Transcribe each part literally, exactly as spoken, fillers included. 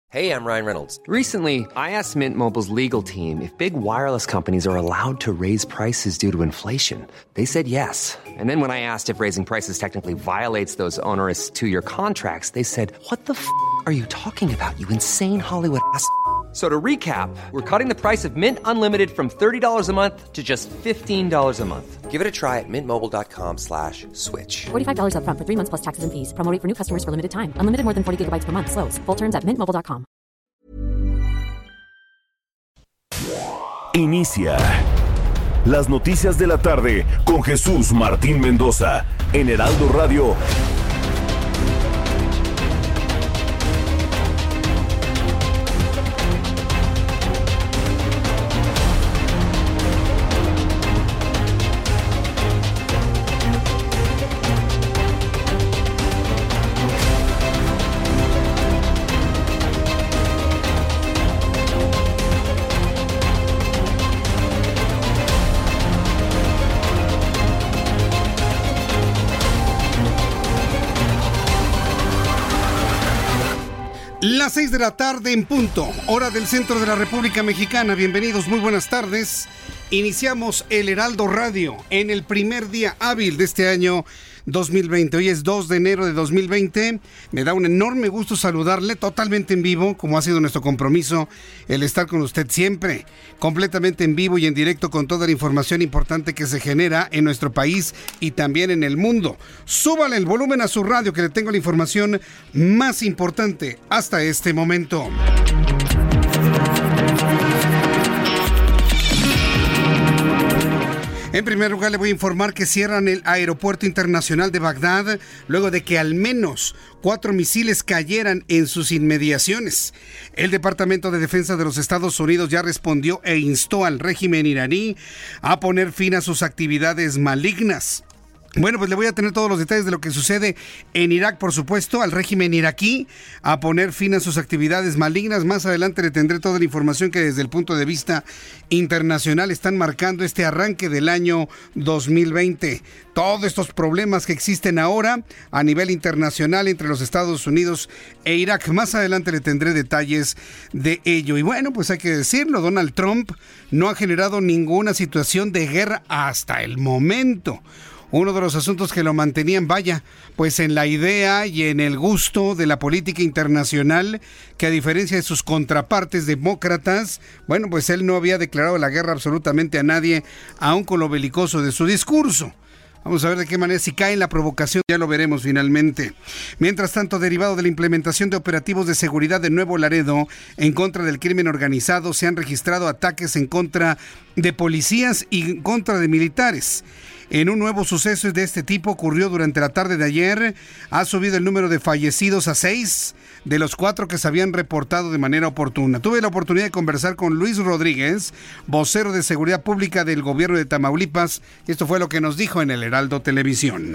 Hey, I'm Ryan Reynolds. Recently, I asked Mint Mobile's legal team if big wireless companies are allowed to raise prices due to inflation. They said yes. And then when I asked if raising prices technically violates those onerous two-year contracts, they said, what the f*** are you talking about, you insane Hollywood ass f- So to recap, we're cutting the price of Mint Unlimited from thirty dollars a month to just fifteen dollars a month. Give it a try at mintmobile.com slash switch. forty-five dollars up front for three months plus taxes and fees. Promo rate for new customers for limited time. Unlimited more than forty gigabytes per month. Slows full terms at mint mobile dot com. Inicia las noticias de la tarde con Jesús Martín Mendoza en Heraldo Radio. Las seis de la tarde en punto, hora del centro de la República Mexicana. Bienvenidos, muy buenas tardes. Iniciamos el Heraldo Radio en el primer día hábil de este año dos mil veinte. Hoy es dos de enero de dos mil veinte. Me da un enorme gusto saludarle totalmente en vivo, como ha sido nuestro compromiso, el estar con usted siempre, completamente en vivo y en directo con toda la información importante que se genera en nuestro país y también en el mundo. Súbale el volumen a su radio, que le tengo la información más importante hasta este momento. En primer lugar, le voy a informar que cierran el aeropuerto internacional de Bagdad luego de que al menos cuatro misiles cayeran en sus inmediaciones. El Departamento de Defensa de los Estados Unidos ya respondió e instó al régimen iraní a poner fin a sus actividades malignas. Bueno, pues le voy a tener todos los detalles de lo que sucede en Irak, por supuesto, al régimen iraquí a poner fin a sus actividades malignas. Más adelante le tendré toda la información que desde el punto de vista internacional están marcando este arranque del año dos mil veinte. Todos estos problemas que existen ahora a nivel internacional entre los Estados Unidos e Irak. Más adelante le tendré detalles de ello. Y bueno, pues hay que decirlo, Donald Trump no ha generado ninguna situación de guerra hasta el momento. Uno de los asuntos que lo mantenían, vaya, pues en la idea y en el gusto de la política internacional, que a diferencia de sus contrapartes demócratas, bueno, pues él no había declarado la guerra absolutamente a nadie, aun con lo belicoso de su discurso. Vamos a ver de qué manera, si cae en la provocación, ya lo veremos finalmente. Mientras tanto, derivado de la implementación de operativos de seguridad de Nuevo Laredo en contra del crimen organizado, se han registrado ataques en contra de policías y en contra de militares. En un nuevo suceso de este tipo ocurrió durante la tarde de ayer. Ha subido el número de fallecidos a seis de los cuatro que se habían reportado de manera oportuna. Tuve la oportunidad de conversar con Luis Rodríguez, vocero de Seguridad Pública del gobierno de Tamaulipas. Y esto fue lo que nos dijo en el Heraldo Televisión.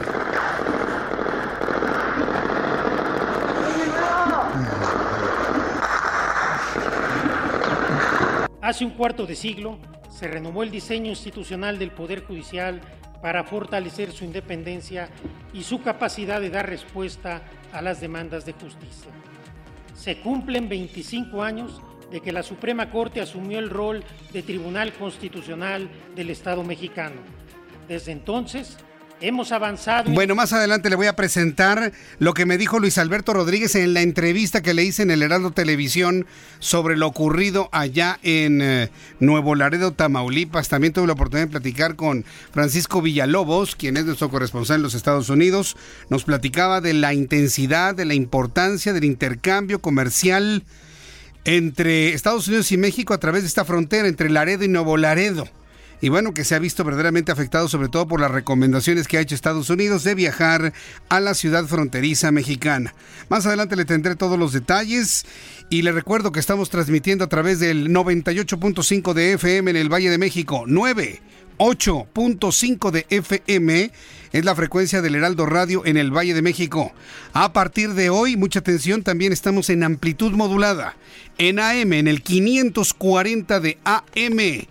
Hace un cuarto de siglo se renovó el diseño institucional del Poder Judicial para fortalecer su independencia y su capacidad de dar respuesta a las demandas de justicia. Se cumplen veinticinco años de que la Suprema Corte asumió el rol de Tribunal Constitucional del Estado mexicano. Desde entonces, hemos avanzado. Bueno, más adelante le voy a presentar lo que me dijo Luis Alberto Rodríguez en la entrevista que le hice en el Heraldo Televisión sobre lo ocurrido allá en eh, Nuevo Laredo, Tamaulipas. También tuve la oportunidad de platicar con Francisco Villalobos, quien es nuestro corresponsal en los Estados Unidos. Nos platicaba de la intensidad, de la importancia del intercambio comercial entre Estados Unidos y México a través de esta frontera entre Laredo y Nuevo Laredo. Y bueno, que se ha visto verdaderamente afectado sobre todo por las recomendaciones que ha hecho Estados Unidos de viajar a la ciudad fronteriza mexicana. Más adelante le tendré todos los detalles y le recuerdo que estamos transmitiendo a través del noventa y ocho punto cinco de F M en el Valle de México. noventa y ocho punto cinco de F M es la frecuencia del Heraldo Radio en el Valle de México. A partir de hoy, mucha atención, también estamos en amplitud modulada, en A M, en el quinientos cuarenta de A M.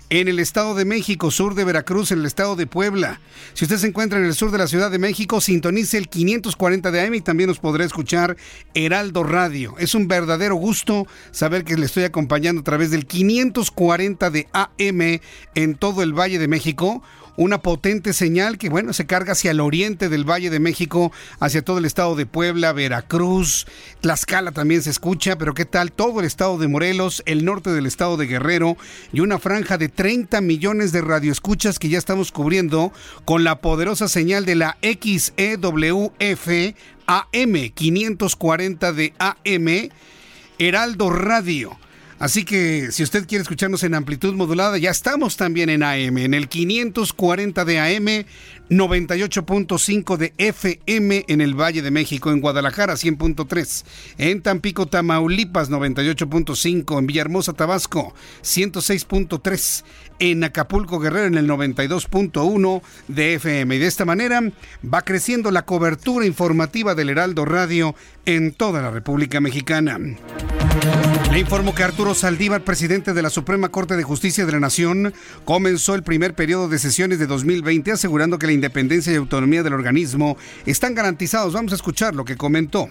en el Estado de México, sur de Veracruz, en el Estado de Puebla. Si usted se encuentra en el sur de la Ciudad de México, sintonice el quinientos cuarenta de A M y también nos podrá escuchar Heraldo Radio. Es un verdadero gusto saber que le estoy acompañando a través del quinientos cuarenta de A M en todo el Valle de México. Una potente señal que, bueno, se carga hacia el oriente del Valle de México, hacia todo el estado de Puebla, Veracruz, Tlaxcala también se escucha, pero ¿qué tal? Todo el estado de Morelos, el norte del estado de Guerrero y una franja de treinta millones de radioescuchas que ya estamos cubriendo con la poderosa señal de la X E W F A M, quinientos cuarenta de A M, Heraldo Radio. Así que si usted quiere escucharnos en amplitud modulada, ya estamos también en A M, en el quinientos cuarenta de A M, noventa y ocho punto cinco de F M en el Valle de México, en Guadalajara cien punto tres, en Tampico, Tamaulipas noventa y ocho punto cinco, en Villahermosa, Tabasco ciento seis punto tres, en Acapulco, Guerrero en el noventa y dos punto uno de F M. Y de esta manera va creciendo la cobertura informativa del Heraldo Radio en toda la República Mexicana. Le informo que Arturo Saldívar, presidente de la Suprema Corte de Justicia de la Nación, comenzó el primer periodo de sesiones de dos mil veinte asegurando que la independencia y autonomía del organismo están garantizados. Vamos a escuchar lo que comentó.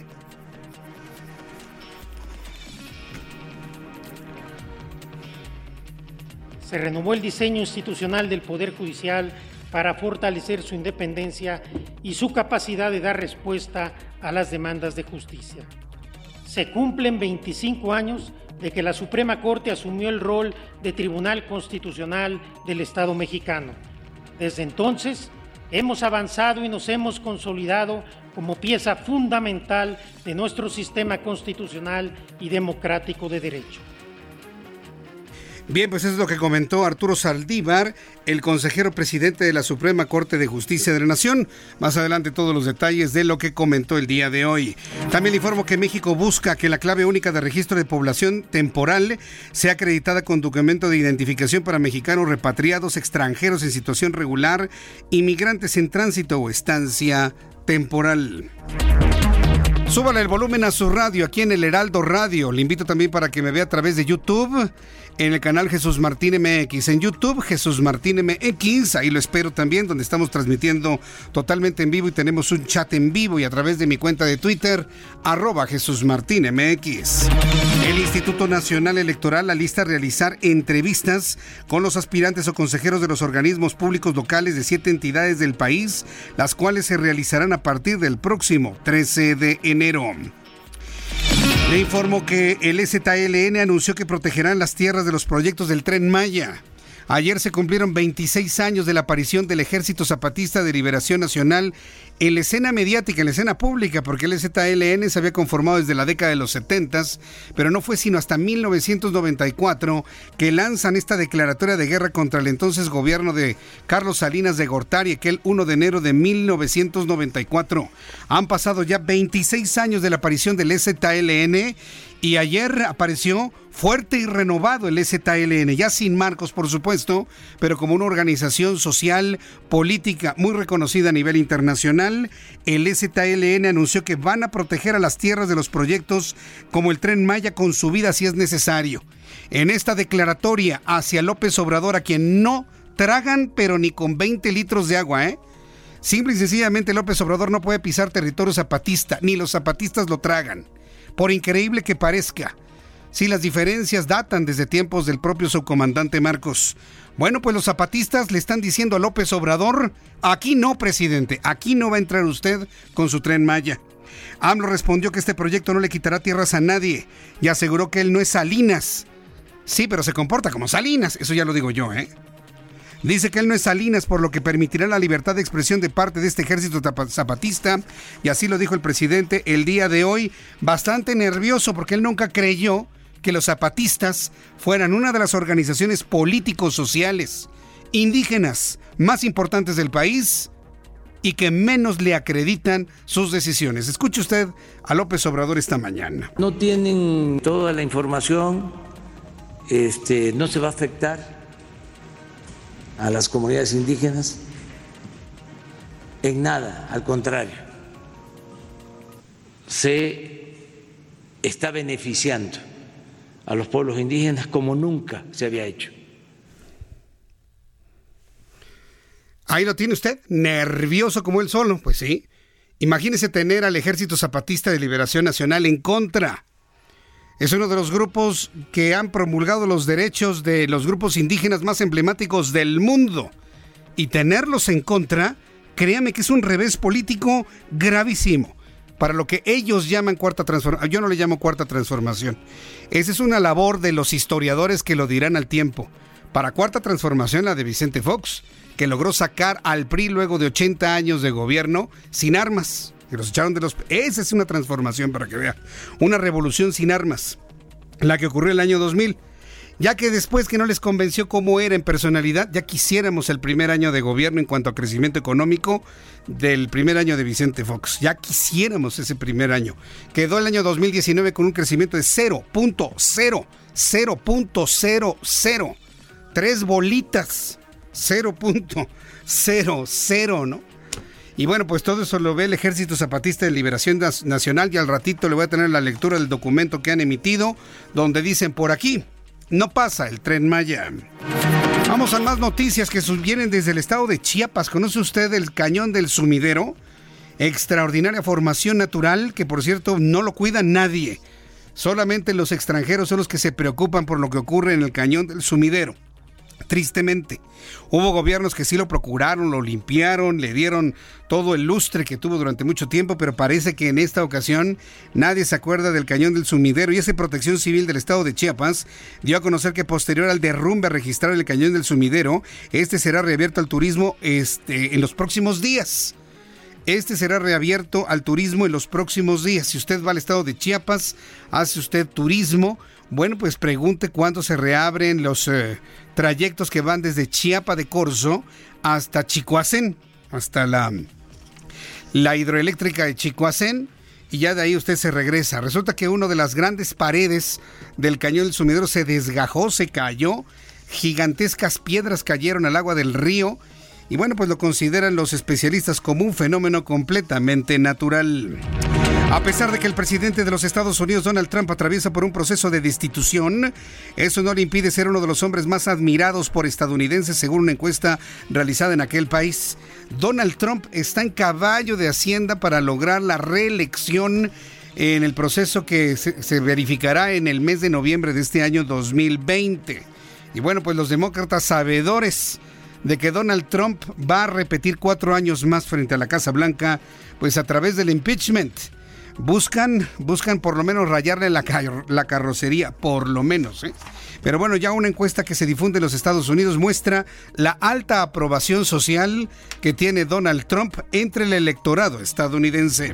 Se renovó el diseño institucional del Poder Judicial para fortalecer su independencia y su capacidad de dar respuesta a las demandas de justicia. Se cumplen veinticinco años de que la Suprema Corte asumió el rol de Tribunal Constitucional del Estado mexicano. Desde entonces, hemos avanzado y nos hemos consolidado como pieza fundamental de nuestro sistema constitucional y democrático de derecho. Bien, pues eso es lo que comentó Arturo Saldívar, el consejero presidente de la Suprema Corte de Justicia de la Nación. Más adelante todos los detalles de lo que comentó el día de hoy. También le informo que México busca que la clave única de registro de población temporal sea acreditada con documento de identificación para mexicanos repatriados, extranjeros en situación regular, inmigrantes en tránsito o estancia temporal. Súbale el volumen a su radio aquí en el Heraldo Radio. Le invito también para que me vea a través de YouTube, en el canal Jesús Martín M X. En YouTube, Jesús Martín M X. Ahí lo espero también, donde estamos transmitiendo totalmente en vivo y tenemos un chat en vivo. Y a través de mi cuenta de Twitter, arroba Jesús Martín M X. El Instituto Nacional Electoral alista a realizar entrevistas con los aspirantes o consejeros de los organismos públicos locales de siete entidades del país, las cuales se realizarán a partir del próximo trece de enero. Le informo que el E Z L N anunció que protegerán las tierras de los proyectos del Tren Maya. Ayer se cumplieron veintiséis años de la aparición del Ejército Zapatista de Liberación Nacional en la escena mediática, en la escena pública, porque el E Z L N se había conformado desde la década de los setentas, pero no fue sino hasta mil novecientos noventa y cuatro que lanzan esta declaratoria de guerra contra el entonces gobierno de Carlos Salinas de Gortari, aquel primero de enero de mil novecientos noventa y cuatro. Han pasado ya veintiséis años de la aparición del E Z L N y ayer apareció fuerte y renovado el E Z L N, ya sin marcos por supuesto, pero como una organización social, política muy reconocida a nivel internacional. El E Z L N anunció que van a proteger a las tierras de los proyectos como el Tren Maya con su vida si es necesario. En esta declaratoria hacia López Obrador, a quien no tragan pero ni con veinte litros de agua, ¿eh? Simple y sencillamente López Obrador no puede pisar territorio zapatista, ni los zapatistas lo tragan, por increíble que parezca. Sí, las diferencias datan desde tiempos del propio subcomandante Marcos. Bueno, pues los zapatistas le están diciendo a López Obrador, aquí no, presidente, aquí no va a entrar usted con su Tren Maya. AMLO respondió que este proyecto no le quitará tierras a nadie y aseguró que él no es Salinas. Sí, pero se comporta como Salinas, eso ya lo digo yo, ¿eh? Dice que él no es Salinas, por lo que permitirá la libertad de expresión de parte de este ejército zapatista, y así lo dijo el presidente el día de hoy, bastante nervioso porque él nunca creyó que los zapatistas fueran una de las organizaciones políticos sociales indígenas más importantes del país y que menos le acreditan sus decisiones. Escuche usted a López Obrador esta mañana. No tienen toda la información, este, no se va a afectar a las comunidades indígenas en nada, al contrario, se está beneficiando a los pueblos indígenas como nunca se había hecho. Ahí lo tiene usted, nervioso como él solo, pues sí. Imagínese tener al Ejército Zapatista de Liberación Nacional en contra. Es uno de los grupos que han promulgado los derechos de los grupos indígenas más emblemáticos del mundo. Y tenerlos en contra, créame que es un revés político gravísimo para lo que ellos llaman cuarta transformación. Yo no le llamo cuarta transformación. Esa es una labor de los historiadores que lo dirán al tiempo. Para cuarta transformación, la de Vicente Fox, que logró sacar al P R I luego de ochenta años de gobierno sin armas. Que los echaron de los... Esa es una transformación, para que vea. Una revolución sin armas. La que ocurrió el año dos mil. Ya que después que no les convenció cómo era en personalidad, ya quisiéramos el primer año de gobierno en cuanto a crecimiento económico del primer año de Vicente Fox. Ya quisiéramos ese primer año. Quedó el año dos mil diecinueve con un crecimiento de cero punto cero, cero punto cero cero. Tres bolitas. cero punto cero cero, ¿no? Y bueno, pues todo eso lo ve el Ejército Zapatista de Liberación Nacional y al ratito le voy a tener la lectura del documento que han emitido, donde dicen por aquí, no pasa el Tren Maya. Vamos a más noticias que vienen desde el estado de Chiapas. ¿Conoce usted el Cañón del Sumidero? Extraordinaria formación natural que, por cierto, no lo cuida nadie. Solamente los extranjeros son los que se preocupan por lo que ocurre en el Cañón del Sumidero. Tristemente, hubo gobiernos que sí lo procuraron, lo limpiaron, le dieron todo el lustre que tuvo durante mucho tiempo, pero parece que en esta ocasión nadie se acuerda del Cañón del Sumidero. Y esa Protección Civil del estado de Chiapas dio a conocer que posterior al derrumbe registrado en el Cañón del Sumidero, este será reabierto al turismo este, en los próximos días. Este será reabierto al turismo en los próximos días. Si usted va al estado de Chiapas, hace usted turismo, bueno, pues pregunte cuándo se reabren los eh, trayectos que van desde Chiapa de Corzo hasta Chicoacén, hasta la, la hidroeléctrica de Chicoacén, y ya de ahí usted se regresa. Resulta que una de las grandes paredes del Cañón del Sumidero se desgajó, se cayó, gigantescas piedras cayeron al agua del río, y bueno, pues lo consideran los especialistas como un fenómeno completamente natural. A pesar de que el presidente de los Estados Unidos, Donald Trump, atraviesa por un proceso de destitución, eso no le impide ser uno de los hombres más admirados por estadounidenses, según una encuesta realizada en aquel país. Donald Trump está en caballo de Hacienda para lograr la reelección en el proceso que se, se verificará en el mes de noviembre de este año dos mil veinte. Y bueno, pues los demócratas, sabedores de que Donald Trump va a repetir cuatro años más frente a la Casa Blanca, pues a través del impeachment, buscan, buscan por lo menos rayarle la, la carrocería, por lo menos, ¿eh? Pero bueno, ya una encuesta que se difunde en los Estados Unidos muestra la alta aprobación social que tiene Donald Trump entre el electorado estadounidense.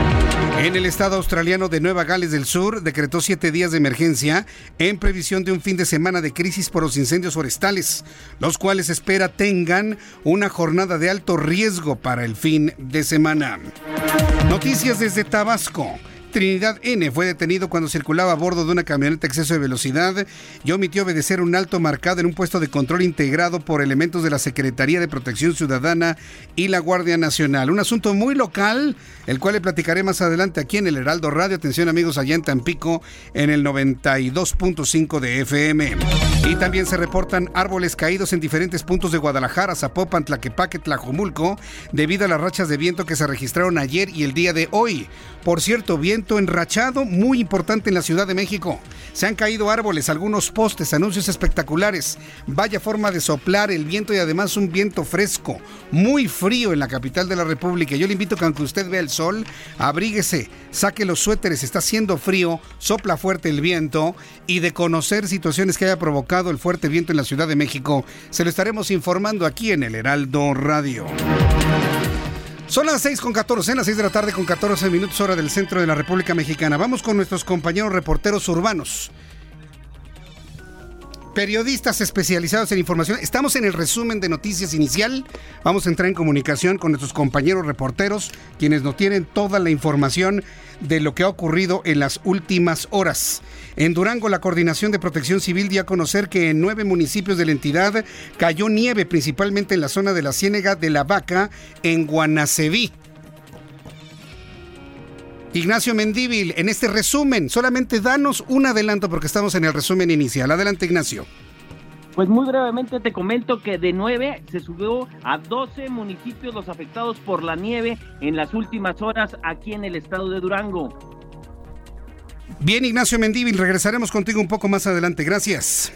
En el estado australiano de Nueva Gales del Sur decretó siete días de emergencia en previsión de un fin de semana de crisis por los incendios forestales, los cuales espera tengan una jornada de alto riesgo para el fin de semana. Noticias desde Tabasco. Trinidad N fue detenido cuando circulaba a bordo de una camioneta a exceso de velocidad y omitió obedecer un alto marcado en un puesto de control integrado por elementos de la Secretaría de Protección Ciudadana y la Guardia Nacional. Un asunto muy local, el cual le platicaré más adelante aquí en el Heraldo Radio. Atención amigos, allá en Tampico, en el noventa y dos punto cinco de F M. Y también se reportan árboles caídos en diferentes puntos de Guadalajara, Zapopan, Tlaquepaque, Tlajomulco, debido a las rachas de viento que se registraron ayer y el día de hoy. Por cierto, viento enrachado muy importante en la Ciudad de México. Se han caído árboles, algunos postes, anuncios espectaculares. Vaya forma de soplar el viento y además un viento fresco, muy frío en la capital de la República. Yo le invito a que aunque usted vea el sol, abríguese, saque los suéteres, está haciendo frío, sopla fuerte el viento, y de conocer situaciones que haya provocado el fuerte viento en la Ciudad de México, se lo estaremos informando aquí en el Heraldo Radio. Son las seis con catorce, en las seis de la tarde con catorce minutos, hora del centro de la República Mexicana. Vamos con nuestros compañeros reporteros urbanos, periodistas especializados en información. Estamos en el resumen de noticias inicial. Vamos a entrar en comunicación con nuestros compañeros reporteros, quienes nos tienen toda la información de lo que ha ocurrido en las últimas horas. En Durango, la Coordinación de Protección Civil dio a conocer que en nueve municipios de la entidad cayó nieve, principalmente en la zona de la Ciénega de la Vaca, en Guanaceví. Ignacio Mendívil, en este resumen, solamente danos un adelanto porque estamos en el resumen inicial. Adelante, Ignacio. Pues muy brevemente te comento que de nueve se subió a doce municipios los afectados por la nieve en las últimas horas aquí en el estado de Durango. Bien, Ignacio Mendívil, regresaremos contigo un poco más adelante. Gracias.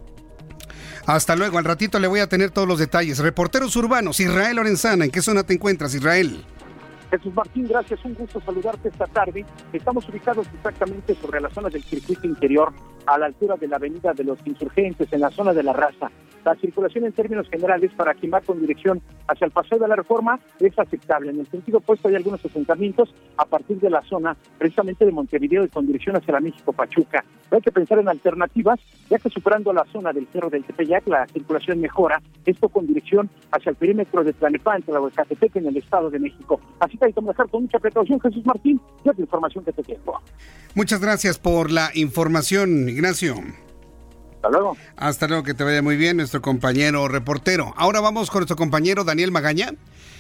Hasta luego, al ratito le voy a tener todos los detalles. Reporteros urbanos, Israel Lorenzana, ¿en qué zona te encuentras, Israel? Jesús Martín, gracias, un gusto saludarte esta tarde. Estamos ubicados exactamente sobre la zona del circuito interior, a la altura de la avenida de los Insurgentes, en la zona de la Raza. La circulación en términos generales para quien va con dirección hacia el Paseo de la Reforma es aceptable. En el sentido opuesto hay algunos asentamientos a partir de la zona precisamente de Montevideo y con dirección hacia la México-Pachuca. Hay que pensar en alternativas, ya que superando la zona del Cerro del Tepeyac la circulación mejora, esto con dirección hacia el perímetro de Tlalnepantla o Ecatepec en el Estado de México. Así que hay que manejar con mucha precaución, Jesús Martín, y es la información que te tengo. Muchas gracias por la información, Ignacio. Hasta luego. Hasta luego, que te vaya muy bien, nuestro compañero reportero. Ahora vamos con nuestro compañero Daniel Magaña.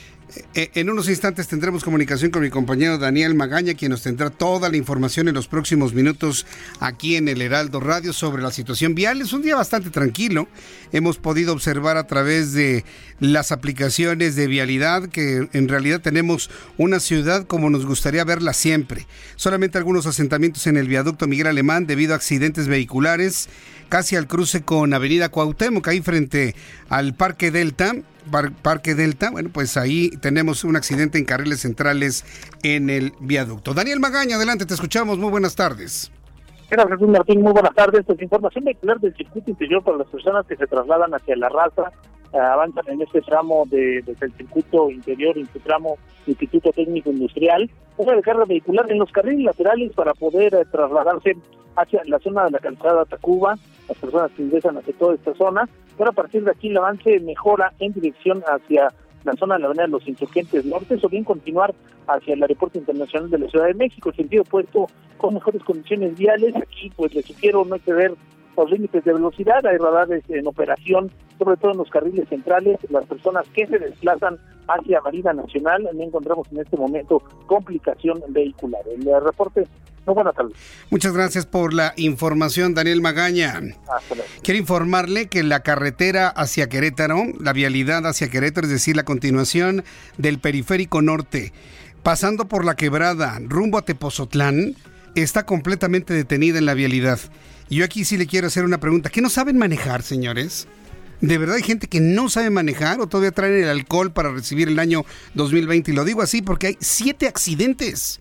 Eh, en unos instantes tendremos comunicación con mi compañero Daniel Magaña, quien nos tendrá toda la información en los próximos minutos aquí en el Heraldo Radio sobre la situación vial. Es un día bastante tranquilo. Hemos podido observar a través de las aplicaciones de vialidad que en realidad tenemos una ciudad como nos gustaría verla siempre. Solamente algunos asentamientos en el viaducto Miguel Alemán debido a accidentes vehiculares casi al cruce con Avenida Cuauhtémoc, ahí frente al Parque Delta. Parque Delta, bueno, pues ahí tenemos un accidente en carriles centrales en el viaducto. Daniel Magaña, adelante, te escuchamos, muy buenas tardes. Gracias, Jesús Martín, muy buenas tardes. Pues información vehicular del circuito interior para las personas que se trasladan hacia la Raza, eh, avanzan en este tramo de, desde el circuito interior, en su tramo Instituto Técnico Industrial, una carga vehicular en los carriles laterales para poder eh, trasladarse hacia la zona de la calzada Tacuba, las personas que ingresan hacia toda esta zona, pero a partir de aquí el avance mejora en dirección hacia la zona de la avenida de los Insurgentes Norte, o bien continuar hacia el Aeropuerto Internacional de la Ciudad de México, sentido opuesto con mejores condiciones viales. Aquí pues les sugiero no exceder los límites de velocidad, hay radares en operación, sobre todo en los carriles centrales. Las personas que se desplazan hacia Marina Nacional, no encontramos en este momento complicación vehicular. El reporte. Muy buenas tardes. Muchas gracias por la información, Daniel Magaña. Hasta luego. Quiero informarle que la carretera hacia Querétaro, la vialidad hacia Querétaro, es decir, la continuación del Periférico Norte, pasando por la Quebrada, rumbo a Tepozotlán, está completamente detenida en la vialidad. Y yo aquí sí le quiero hacer una pregunta. ¿Qué no saben manejar, señores? ¿De verdad hay gente que no sabe manejar o todavía traen el alcohol para recibir el año dos mil veinte? Y lo digo así porque hay siete accidentes.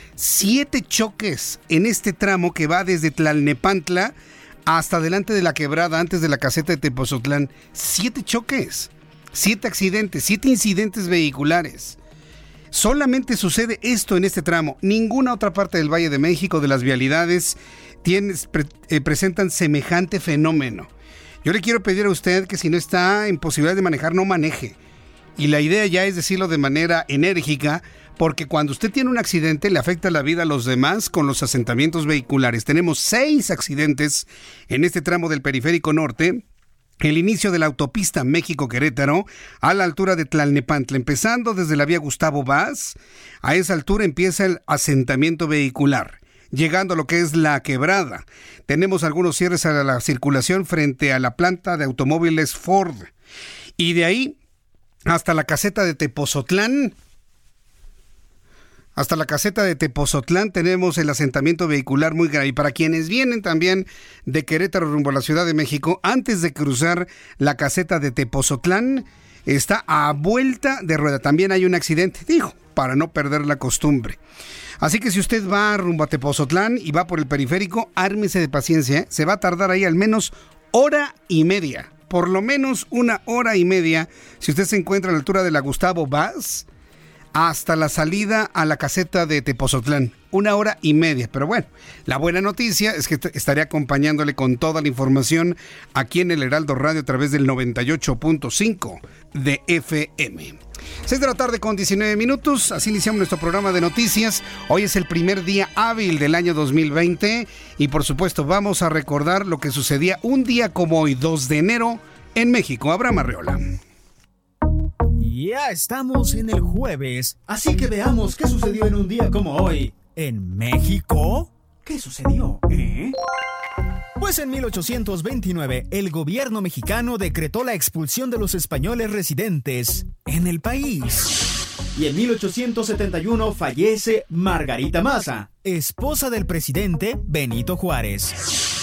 Siete choques en este tramo que va desde Tlalnepantla hasta delante de la Quebrada, antes de la caseta de Tepozotlán. Siete choques, siete accidentes, siete incidentes vehiculares. Solamente sucede esto en este tramo. Ninguna otra parte del Valle de México, de las vialidades, tiene, pre, eh, presentan semejante fenómeno. Yo le quiero pedir a usted que si no está en posibilidad de manejar, no maneje. Y la idea ya es decirlo de manera enérgica, porque cuando usted tiene un accidente le afecta la vida a los demás con los asentamientos vehiculares. Tenemos seis accidentes en este tramo del Periférico Norte. El inicio de la autopista México-Querétaro a la altura de Tlalnepantla, empezando desde la vía Gustavo Vaz, a esa altura empieza el asentamiento vehicular. Llegando a lo que es la Quebrada, tenemos algunos cierres a la circulación frente a la planta de automóviles Ford. Y de ahí hasta la caseta de Tepozotlán, hasta la caseta de Tepozotlán tenemos el asentamiento vehicular muy grave. Y para quienes vienen también de Querétaro rumbo a la Ciudad de México, antes de cruzar la caseta de Tepozotlán, está a vuelta de rueda. También hay un accidente, digo, para no perder la costumbre. Así que si usted va rumbo a Tepozotlán y va por el periférico, ármese de paciencia, ¿eh? Se va a tardar ahí al menos hora y media. Por lo menos una hora y media, si usted se encuentra a la altura de la Gustavo Vaz, hasta la salida a la caseta de Tepozotlán. Una hora y media. Pero bueno, la buena noticia es que estaré acompañándole con toda la información aquí en el Heraldo Radio a través del noventa y ocho punto cinco de F M. seis de la tarde con diecinueve minutos. Así iniciamos nuestro programa de noticias. Hoy es el primer día hábil del año dos mil veinte. Y por supuesto vamos a recordar lo que sucedía un día como hoy, dos de enero, en México. Abraham Arreola. Ya estamos en el jueves, así que veamos qué sucedió en un día como hoy. ¿En México? ¿Qué sucedió, eh? Pues en mil ochocientos veintinueve, el gobierno mexicano decretó la expulsión de los españoles residentes en el país. Y en mil ochocientos setenta y uno fallece Margarita Maza, esposa del presidente Benito Juárez.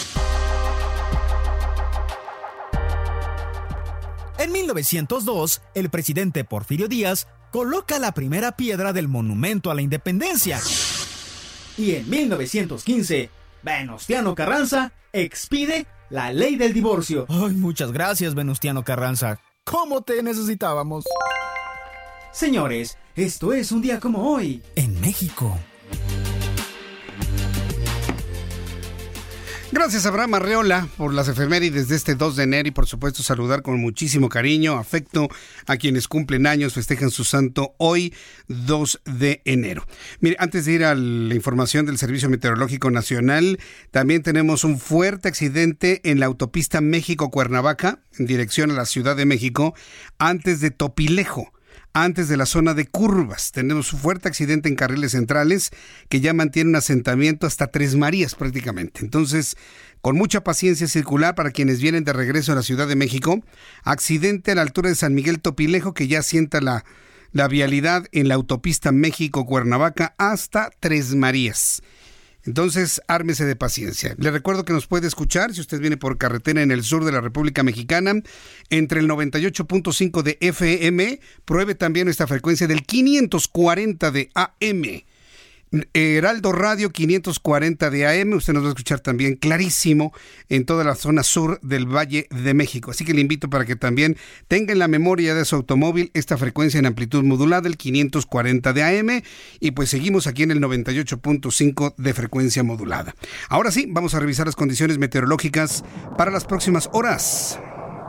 En mil novecientos dos, el presidente Porfirio Díaz coloca la primera piedra del Monumento a la Independencia. Y en mil novecientos quince, Venustiano Carranza expide la ley del divorcio. Ay, muchas gracias, Venustiano Carranza. ¿Cómo te necesitábamos? Señores, esto es un día como hoy en México. Gracias, Abraham Arreola, por las efemérides de este dos de enero y por supuesto saludar con muchísimo cariño, afecto a quienes cumplen años, festejan su santo hoy, dos de enero. Mire, antes de ir a la información del Servicio Meteorológico Nacional, también tenemos un fuerte accidente en la autopista México-Cuernavaca, en dirección a la Ciudad de México, antes de Topilejo. Antes de la zona de curvas. Tenemos un fuerte accidente en carriles centrales que ya mantiene un asentamiento hasta Tres Marías prácticamente. Entonces, con mucha paciencia circular para quienes vienen de regreso a la Ciudad de México. Accidente a la altura de San Miguel Topilejo que ya asienta la, la vialidad en la autopista México-Cuernavaca hasta Tres Marías. Entonces, ármese de paciencia. Le recuerdo que nos puede escuchar si usted viene por carretera en el sur de la República Mexicana, entre el noventa y ocho punto cinco de F M, pruebe también nuestra frecuencia del quinientos cuarenta de A M. Heraldo Radio quinientos cuarenta de A M, usted nos va a escuchar también clarísimo en toda la zona sur del Valle de México. Así que le invito para que también tenga en la memoria de su automóvil esta frecuencia en amplitud modulada, el quinientos cuarenta de A M, y pues seguimos aquí en el noventa y ocho punto cinco de frecuencia modulada. Ahora sí, vamos a revisar las condiciones meteorológicas para las próximas horas.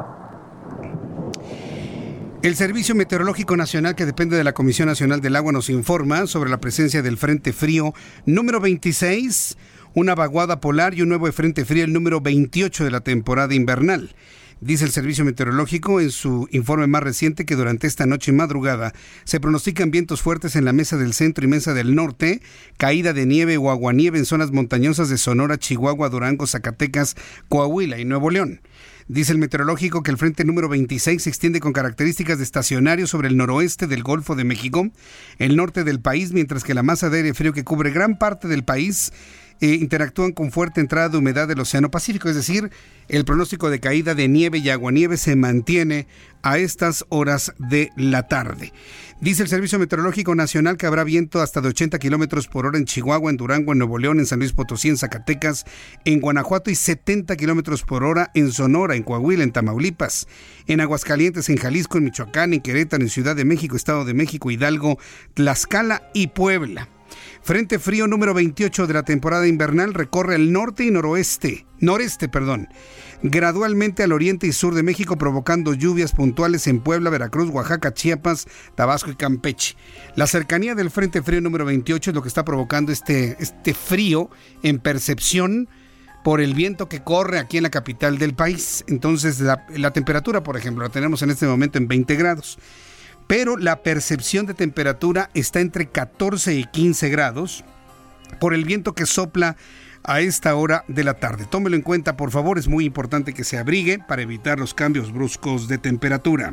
El Servicio Meteorológico Nacional, que depende de la Comisión Nacional del Agua, nos informa sobre la presencia del Frente Frío número veintiséis, una vaguada polar y un nuevo Frente Frío, el número veintiocho de la temporada invernal. Dice el Servicio Meteorológico en su informe más reciente que durante esta noche y madrugada se pronostican vientos fuertes en la mesa del centro y mesa del norte, caída de nieve o aguanieve en zonas montañosas de Sonora, Chihuahua, Durango, Zacatecas, Coahuila y Nuevo León. Dice el meteorológico que el frente número veintiséis se extiende con características de estacionario sobre el noroeste del Golfo de México, el norte del país, mientras que la masa de aire frío que cubre gran parte del país eh, interactúan con fuerte entrada de humedad del Océano Pacífico. Es decir, el pronóstico de caída de nieve y aguanieve se mantiene a estas horas de la tarde. Dice el Servicio Meteorológico Nacional que habrá viento hasta de ochenta kilómetros por hora en Chihuahua, en Durango, en Nuevo León, en San Luis Potosí, en Zacatecas, en Guanajuato y setenta kilómetros por hora en Sonora, en Coahuila, en Tamaulipas, en Aguascalientes, en Jalisco, en Michoacán, en Querétaro, en Ciudad de México, Estado de México, Hidalgo, Tlaxcala y Puebla. Frente frío número veintiocho de la temporada invernal recorre el norte y noroeste, noreste, perdón, gradualmente al oriente y sur de México, provocando lluvias puntuales en Puebla, Veracruz, Oaxaca, Chiapas, Tabasco y Campeche. La cercanía del Frente frío número veintiocho es lo que está provocando este, este frío en percepción por el viento que corre aquí en la capital del país. Entonces, la, la temperatura, por ejemplo, la tenemos en este momento en veinte grados. Pero la percepción de temperatura está entre catorce y quince grados por el viento que sopla a esta hora de la tarde. Tómelo en cuenta, por favor, es muy importante que se abrigue para evitar los cambios bruscos de temperatura.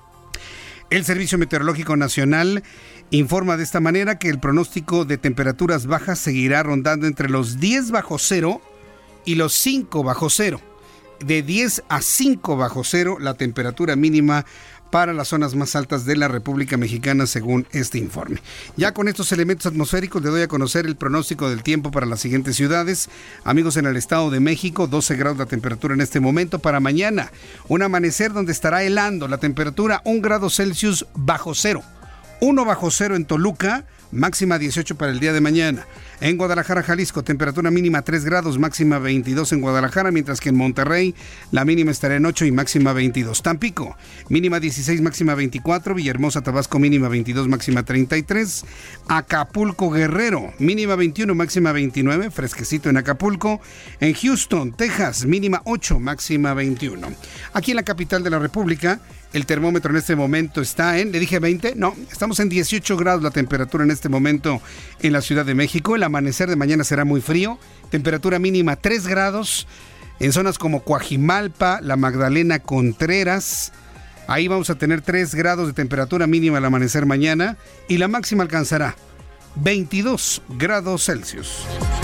El Servicio Meteorológico Nacional informa de esta manera que el pronóstico de temperaturas bajas seguirá rondando entre los diez bajo cero y los cinco bajo cero. De diez a cinco bajo cero la temperatura mínima para las zonas más altas de la República Mexicana, según este informe. Ya con estos elementos atmosféricos le doy a conocer el pronóstico del tiempo para las siguientes ciudades. Amigos, en el Estado de México, doce grados la temperatura en este momento. Para mañana, un amanecer donde estará helando, la temperatura un grado Celsius bajo cero. uno bajo cero en Toluca, máxima dieciocho para el día de mañana. En Guadalajara, Jalisco, temperatura mínima tres grados, máxima veintidós en Guadalajara, mientras que en Monterrey la mínima estará en ocho y máxima veintidós. Tampico, mínima dieciséis, máxima veinticuatro. Villahermosa, Tabasco, mínima veintidós, máxima treinta y tres. Acapulco, Guerrero, mínima veintiuno, máxima veintinueve, fresquecito en Acapulco. En Houston, Texas, mínima ocho, máxima veintiuno. Aquí en la capital de la República, el termómetro en este momento está en, ¿le dije veinte? No, estamos en dieciocho grados la temperatura en este momento en la Ciudad de México. El amanecer de mañana será muy frío, temperatura mínima tres grados, En zonas como Coajimalpa, La Magdalena Contreras, ahí vamos a tener tres grados de temperatura mínima al amanecer mañana y la máxima alcanzará veintidós grados Celsius.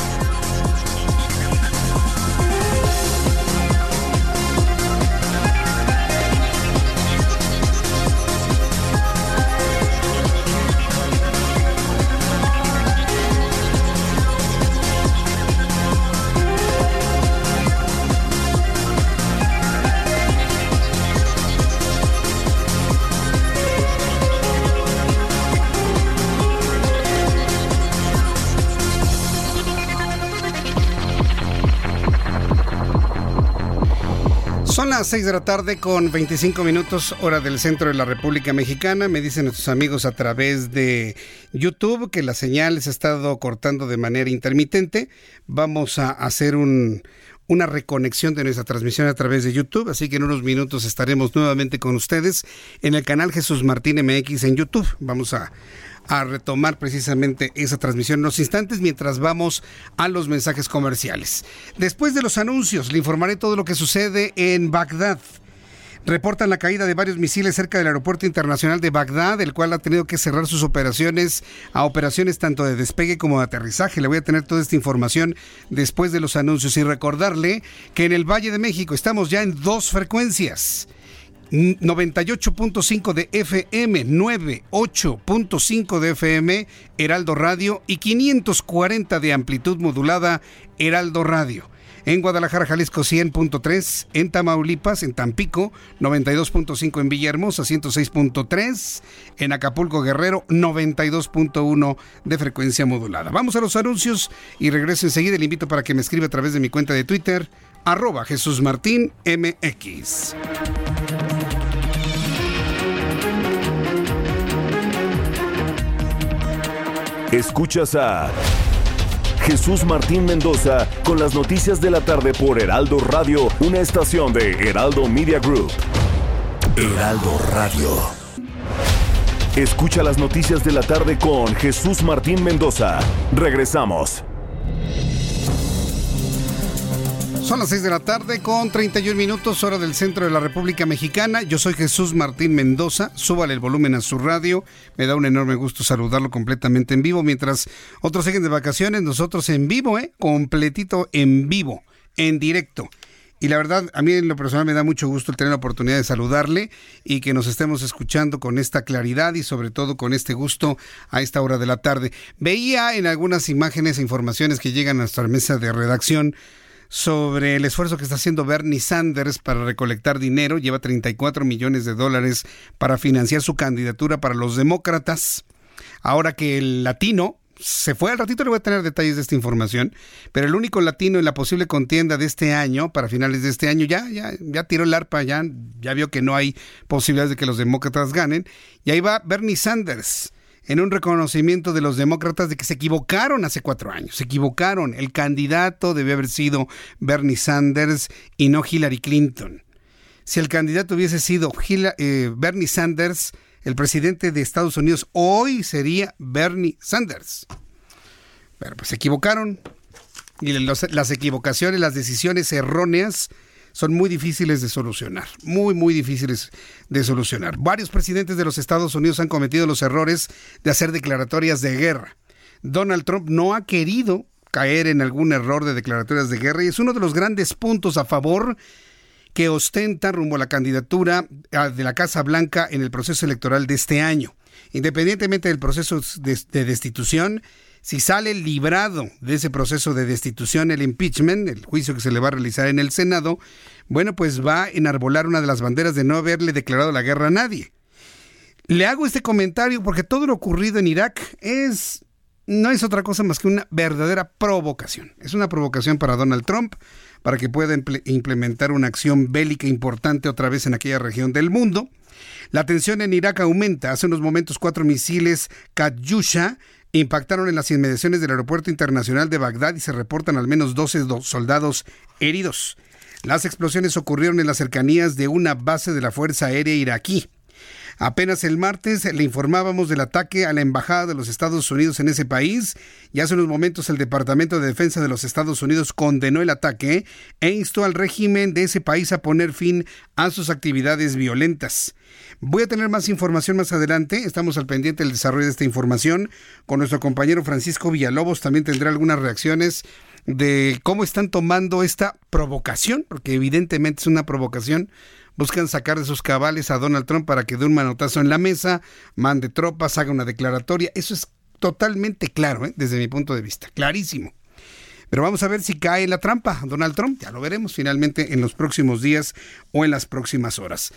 Son las seis de la tarde con veinticinco minutos, hora del centro de la República Mexicana. Me dicen nuestros amigos a través de YouTube que la señal se ha estado cortando de manera intermitente. Vamos a hacer un, una reconexión de nuestra transmisión a través de YouTube, así que en unos minutos estaremos nuevamente con ustedes en el canal Jesús Martín M X en YouTube. Vamos a... a retomar precisamente esa transmisión en unos instantes mientras vamos a los mensajes comerciales. Después de los anuncios, le informaré todo lo que sucede en Bagdad. Reportan la caída de varios misiles cerca del aeropuerto internacional de Bagdad, el cual ha tenido que cerrar sus operaciones a operaciones tanto de despegue como de aterrizaje. Le voy a tener toda esta información después de los anuncios y recordarle que en el Valle de México estamos ya en dos frecuencias. noventa y ocho punto cinco de F M, noventa y ocho punto cinco de F M, Heraldo Radio, y quinientos cuarenta de amplitud modulada, Heraldo Radio. En Guadalajara, Jalisco, cien punto tres, en Tamaulipas, en Tampico, noventa y dos punto cinco, en Villahermosa, ciento seis punto tres, en Acapulco, Guerrero, noventa y dos punto uno de frecuencia modulada. Vamos a los anuncios y regreso enseguida. Le invito para que me escriba a través de mi cuenta de Twitter, arroba Jesús Martín M X. Escuchas a Jesús Martín Mendoza con las noticias de la tarde por Heraldo Radio, una estación de Heraldo Media Group. Heraldo Radio. Escucha las noticias de la tarde con Jesús Martín Mendoza. Regresamos. Son las seis de la tarde con treinta y un minutos, hora del centro de la República Mexicana. Yo soy Jesús Martín Mendoza. Súbale el volumen a su radio. Me da un enorme gusto saludarlo completamente en vivo. Mientras otros siguen de vacaciones, nosotros en vivo, ¿eh? Completito en vivo, en directo. Y la verdad, a mí en lo personal me da mucho gusto el tener la oportunidad de saludarle y que nos estemos escuchando con esta claridad y sobre todo con este gusto a esta hora de la tarde. Veía en algunas imágenes e informaciones que llegan a nuestra mesa de redacción sobre el esfuerzo que está haciendo Bernie Sanders para recolectar dinero. Lleva treinta y cuatro millones de dólares para financiar su candidatura para los demócratas. Ahora que el latino se fue, al ratito le voy a tener detalles de esta información, pero el único latino en la posible contienda de este año, para finales de este año, ya, ya, ya tiró el arpa, ya, ya vio que no hay posibilidades de que los demócratas ganen. Y ahí va Bernie Sanders, en un reconocimiento de los demócratas de que se equivocaron hace cuatro años. Se equivocaron. El candidato debió haber sido Bernie Sanders y no Hillary Clinton. Si el candidato hubiese sido Hila, eh, Bernie Sanders, el presidente de Estados Unidos hoy sería Bernie Sanders. Pero pues se equivocaron. Y los, las equivocaciones, las decisiones erróneas son muy difíciles de solucionar, muy, muy difíciles de solucionar. Varios presidentes de los Estados Unidos han cometido los errores de hacer declaratorias de guerra. Donald Trump no ha querido caer en algún error de declaratorias de guerra y es uno de los grandes puntos a favor que ostenta rumbo a la candidatura de la Casa Blanca en el proceso electoral de este año. Independientemente del proceso de, de destitución, si sale librado de ese proceso de destitución, el impeachment, el juicio que se le va a realizar en el Senado, bueno, pues va a enarbolar una de las banderas de no haberle declarado la guerra a nadie. Le hago este comentario porque todo lo ocurrido en Irak es, no es otra cosa más que una verdadera provocación. Es una provocación para Donald Trump, para que pueda implementar una acción bélica importante otra vez en aquella región del mundo. La tensión en Irak aumenta. Hace unos momentos cuatro misiles Katyusha impactaron en las inmediaciones del aeropuerto internacional de Bagdad y se reportan al menos doce soldados heridos. Las explosiones ocurrieron en las cercanías de una base de la Fuerza Aérea iraquí. Apenas el martes le informábamos del ataque a la embajada de los Estados Unidos en ese país y hace unos momentos el Departamento de Defensa de los Estados Unidos condenó el ataque e instó al régimen de ese país a poner fin a sus actividades violentas. Voy a tener más información más adelante, estamos al pendiente del desarrollo de esta información con nuestro compañero Francisco Villalobos, también tendrá algunas reacciones de cómo están tomando esta provocación, porque evidentemente es una provocación. Buscan sacar de sus cabales a Donald Trump para que dé un manotazo en la mesa, mande tropas, haga una declaratoria. Eso es totalmente claro, ¿eh? Desde mi punto de vista, clarísimo. Pero vamos a ver si cae en la trampa Donald Trump. Ya lo veremos finalmente en los próximos días o en las próximas horas.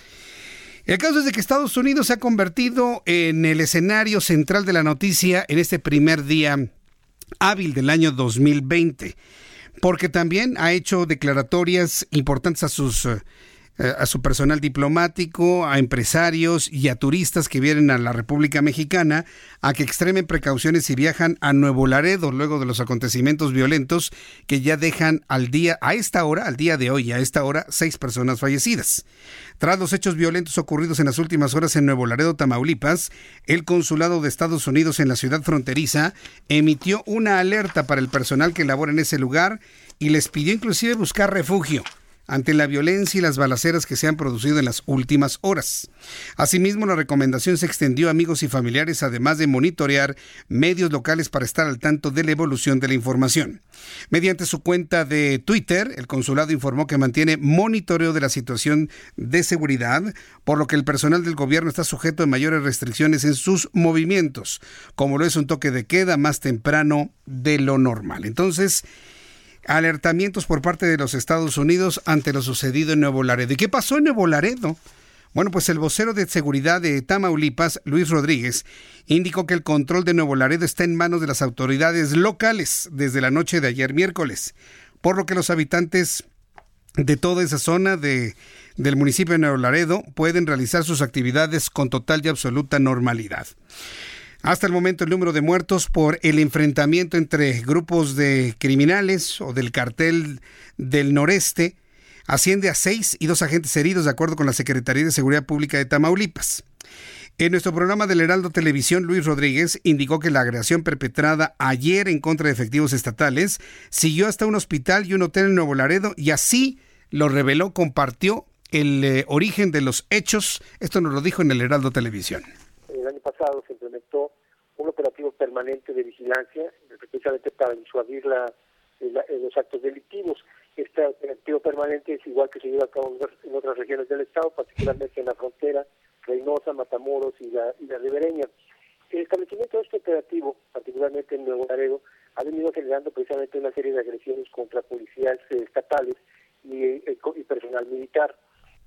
El caso es de que Estados Unidos se ha convertido en el escenario central de la noticia en este primer día hábil del año dos mil veinte, porque también ha hecho declaratorias importantes a sus... Uh, a su personal diplomático, a empresarios y a turistas que vienen a la República Mexicana a que extremen precauciones si viajan a Nuevo Laredo luego de los acontecimientos violentos que ya dejan al día, a esta hora, al día de hoy, a esta hora, seis personas fallecidas. Tras los hechos violentos ocurridos en las últimas horas en Nuevo Laredo, Tamaulipas, el Consulado de Estados Unidos en la ciudad fronteriza emitió una alerta para el personal que labora en ese lugar y les pidió inclusive buscar refugio ante la violencia y las balaceras que se han producido en las últimas horas. Asimismo, la recomendación se extendió a amigos y familiares, además de monitorear medios locales para estar al tanto de la evolución de la información. Mediante su cuenta de Twitter, el consulado informó que mantiene monitoreo de la situación de seguridad, por lo que el personal del gobierno está sujeto a mayores restricciones en sus movimientos, como lo es un toque de queda más temprano de lo normal. Entonces, alertamientos por parte de los Estados Unidos ante lo sucedido en Nuevo Laredo. ¿Y qué pasó en Nuevo Laredo? Bueno, pues el vocero de seguridad de Tamaulipas, Luis Rodríguez, indicó que el control de Nuevo Laredo está en manos de las autoridades locales desde la noche de ayer miércoles, por lo que los habitantes de toda esa zona de, del municipio de Nuevo Laredo pueden realizar sus actividades con total y absoluta normalidad. Hasta el momento, el número de muertos por el enfrentamiento entre grupos de criminales o del cartel del noreste asciende a seis y dos agentes heridos, de acuerdo con la Secretaría de Seguridad Pública de Tamaulipas. En nuestro programa del Heraldo Televisión, Luis Rodríguez indicó que la agresión perpetrada ayer en contra de efectivos estatales siguió hasta un hospital y un hotel en Nuevo Laredo y así lo reveló, compartió el eh, origen de los hechos. Esto nos lo dijo en el Heraldo Televisión. El año pasado se implementó un operativo permanente de vigilancia, precisamente para disuadir la, la, los actos delictivos. Este operativo permanente es igual que se lleva a cabo en otras regiones del estado, particularmente en la frontera, Reynosa, Matamoros y la, y la Ribereña. El establecimiento de este operativo, particularmente en Nuevo Laredo, ha venido generando precisamente una serie de agresiones contra policías eh, estatales y, eh, y personal militar.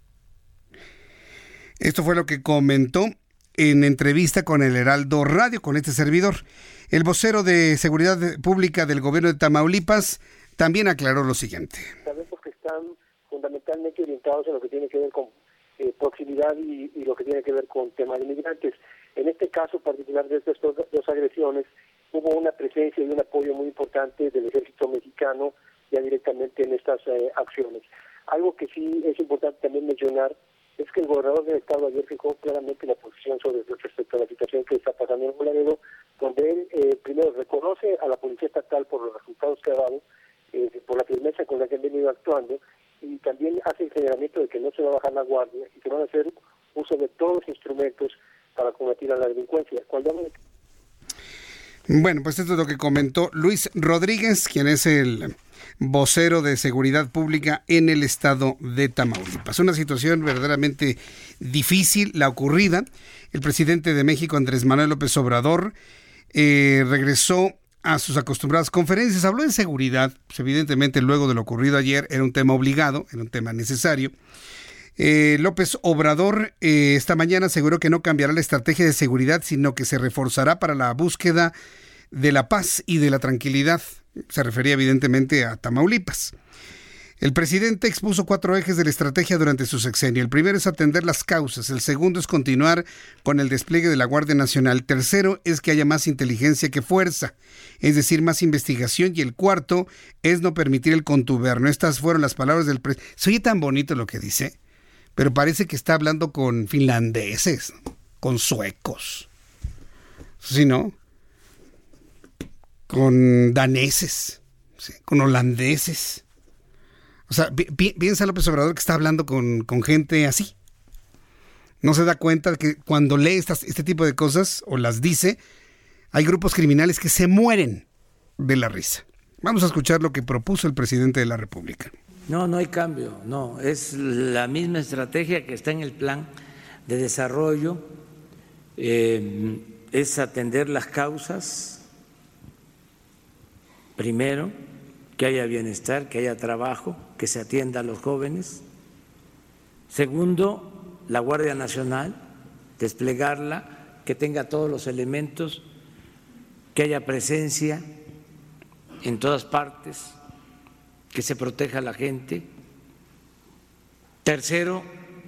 Esto fue lo que comentó en entrevista con el Heraldo Radio, con este servidor. El vocero de Seguridad Pública del gobierno de Tamaulipas también aclaró lo siguiente. Sabemos que están fundamentalmente orientados en lo que tiene que ver con eh, proximidad y, y lo que tiene que ver con temas de migrantes. En este caso particular de estas dos, dos agresiones, hubo una presencia y un apoyo muy importante del ejército mexicano ya directamente en estas eh, acciones. Algo que sí es importante también mencionar es que el gobernador del estado ayer fijó claramente la posición sobre respecto a la situación que está pasando en Nuevo Laredo, donde él eh, primero reconoce a la policía estatal por los resultados que ha dado, eh, por la firmeza con la que han venido actuando, y también hace el señalamiento de que no se va a bajar la guardia y que van a hacer uso de todos los instrumentos para combatir a la delincuencia. Cuando hablan... Bueno, pues esto es lo que comentó Luis Rodríguez, quien es el vocero de Seguridad Pública en el estado de Tamaulipas. Una situación verdaderamente difícil, la ocurrida. El presidente de México, Andrés Manuel López Obrador, eh, regresó a sus acostumbradas conferencias. Habló de seguridad, pues evidentemente luego de lo ocurrido ayer era un tema obligado, era un tema necesario. Eh, López Obrador eh, esta mañana aseguró que no cambiará la estrategia de seguridad, sino que se reforzará para la búsqueda de la paz y de la tranquilidad. Se refería evidentemente a Tamaulipas. El presidente expuso cuatro ejes de la estrategia durante su sexenio. El primero es atender las causas, el segundo es continuar con el despliegue de la Guardia Nacional, el tercero es que haya más inteligencia que fuerza, es decir, más investigación, y el cuarto es no permitir el contubernio. Estas fueron las palabras del presidente. Se oye tan bonito lo que dice, pero parece que está hablando con finlandeses. con suecos, ¿sí, no? Con daneses, ¿sí? Con holandeses. O sea, pi- pi- piensa López Obrador que está hablando con, con gente así. No se da cuenta de que cuando lee estas, este tipo de cosas o las dice, hay grupos criminales que se mueren de la risa. Vamos a escuchar lo que propuso el presidente de la República. No, no hay cambio, no, es la misma estrategia que está en el plan de desarrollo, eh, es atender las causas, primero, que haya bienestar, que haya trabajo, que se atienda a los jóvenes. Segundo, la Guardia Nacional, desplegarla, que tenga todos los elementos, que haya presencia en todas partes, que se proteja a la gente. Tercero,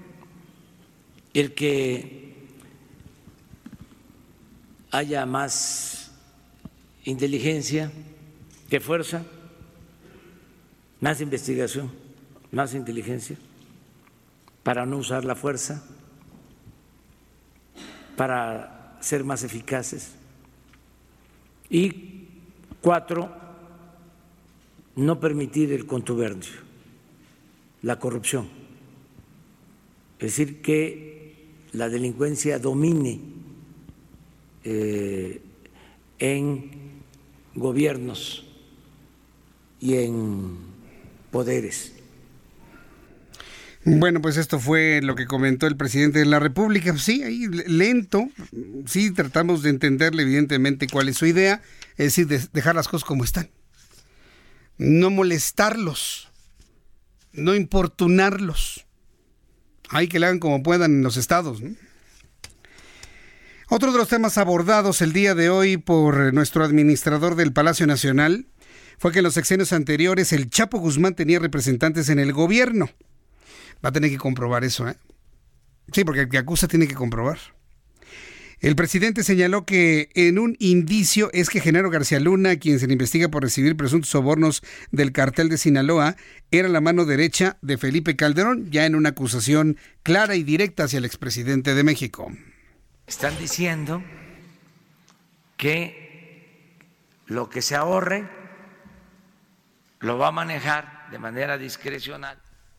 el que haya más inteligencia que fuerza, más investigación, más inteligencia, para no usar la fuerza, para ser más eficaces. Y cuatro, no permitir el contubernio, la corrupción. Es decir, que la delincuencia domine eh, en gobiernos y en poderes. Bueno, pues esto fue lo que comentó el presidente de la República. Sí, ahí lento, sí tratamos de entenderle evidentemente cuál es su idea, es decir, de dejar las cosas como están. No molestarlos, no importunarlos. Hay que le hagan como puedan en los estados, ¿no? Otro de los temas abordados el día de hoy por nuestro administrador del Palacio Nacional fue que en los sexenios anteriores el Chapo Guzmán tenía representantes en el gobierno. Va a tener que comprobar eso, ¿eh? Sí, porque el que acusa tiene que comprobar. El presidente señaló que en un indicio es que Genaro García Luna, quien se le investiga por recibir presuntos sobornos del cartel de Sinaloa, era la mano derecha de Felipe Calderón, ya en una acusación clara y directa hacia el expresidente de México. Están diciendo que lo que se ahorre lo va a manejar de manera discrecional.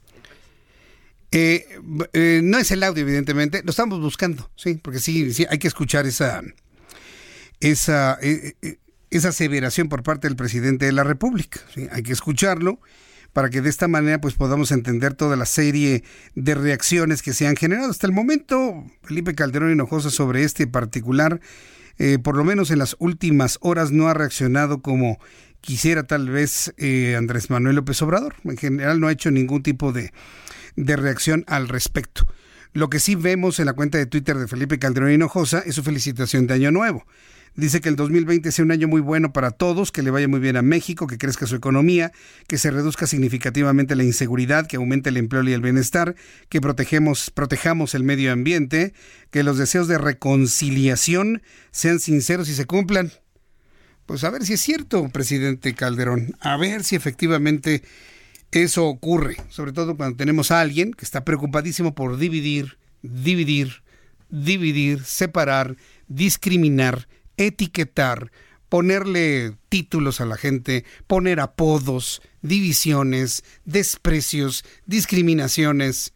Eh, eh, no es el audio, evidentemente, lo estamos buscando, sí, porque sí, sí hay que escuchar esa, esa, eh, eh, esa aseveración por parte del presidente de la República, ¿sí? Hay que escucharlo para que de esta manera pues podamos entender toda la serie de reacciones que se han generado. Hasta el momento, Felipe Calderón Hinojosa sobre este particular, eh, por lo menos en las últimas horas, no ha reaccionado como quisiera tal vez eh, Andrés Manuel López Obrador. En general no ha hecho ningún tipo de de reacción al respecto. Lo que sí vemos en la cuenta de Twitter de Felipe Calderón Hinojosa es su felicitación de Año Nuevo. Dice que el dos mil veinte sea un año muy bueno para todos, que le vaya muy bien a México, que crezca su economía, que se reduzca significativamente la inseguridad, que aumente el empleo y el bienestar, que protejemos, protejamos el medio ambiente, que los deseos de reconciliación sean sinceros y se cumplan. Pues a ver si es cierto, presidente Calderón, a ver si efectivamente eso ocurre, sobre todo cuando tenemos a alguien que está preocupadísimo por dividir, dividir, dividir, separar, discriminar, etiquetar, ponerle títulos a la gente, poner apodos, divisiones, desprecios, discriminaciones.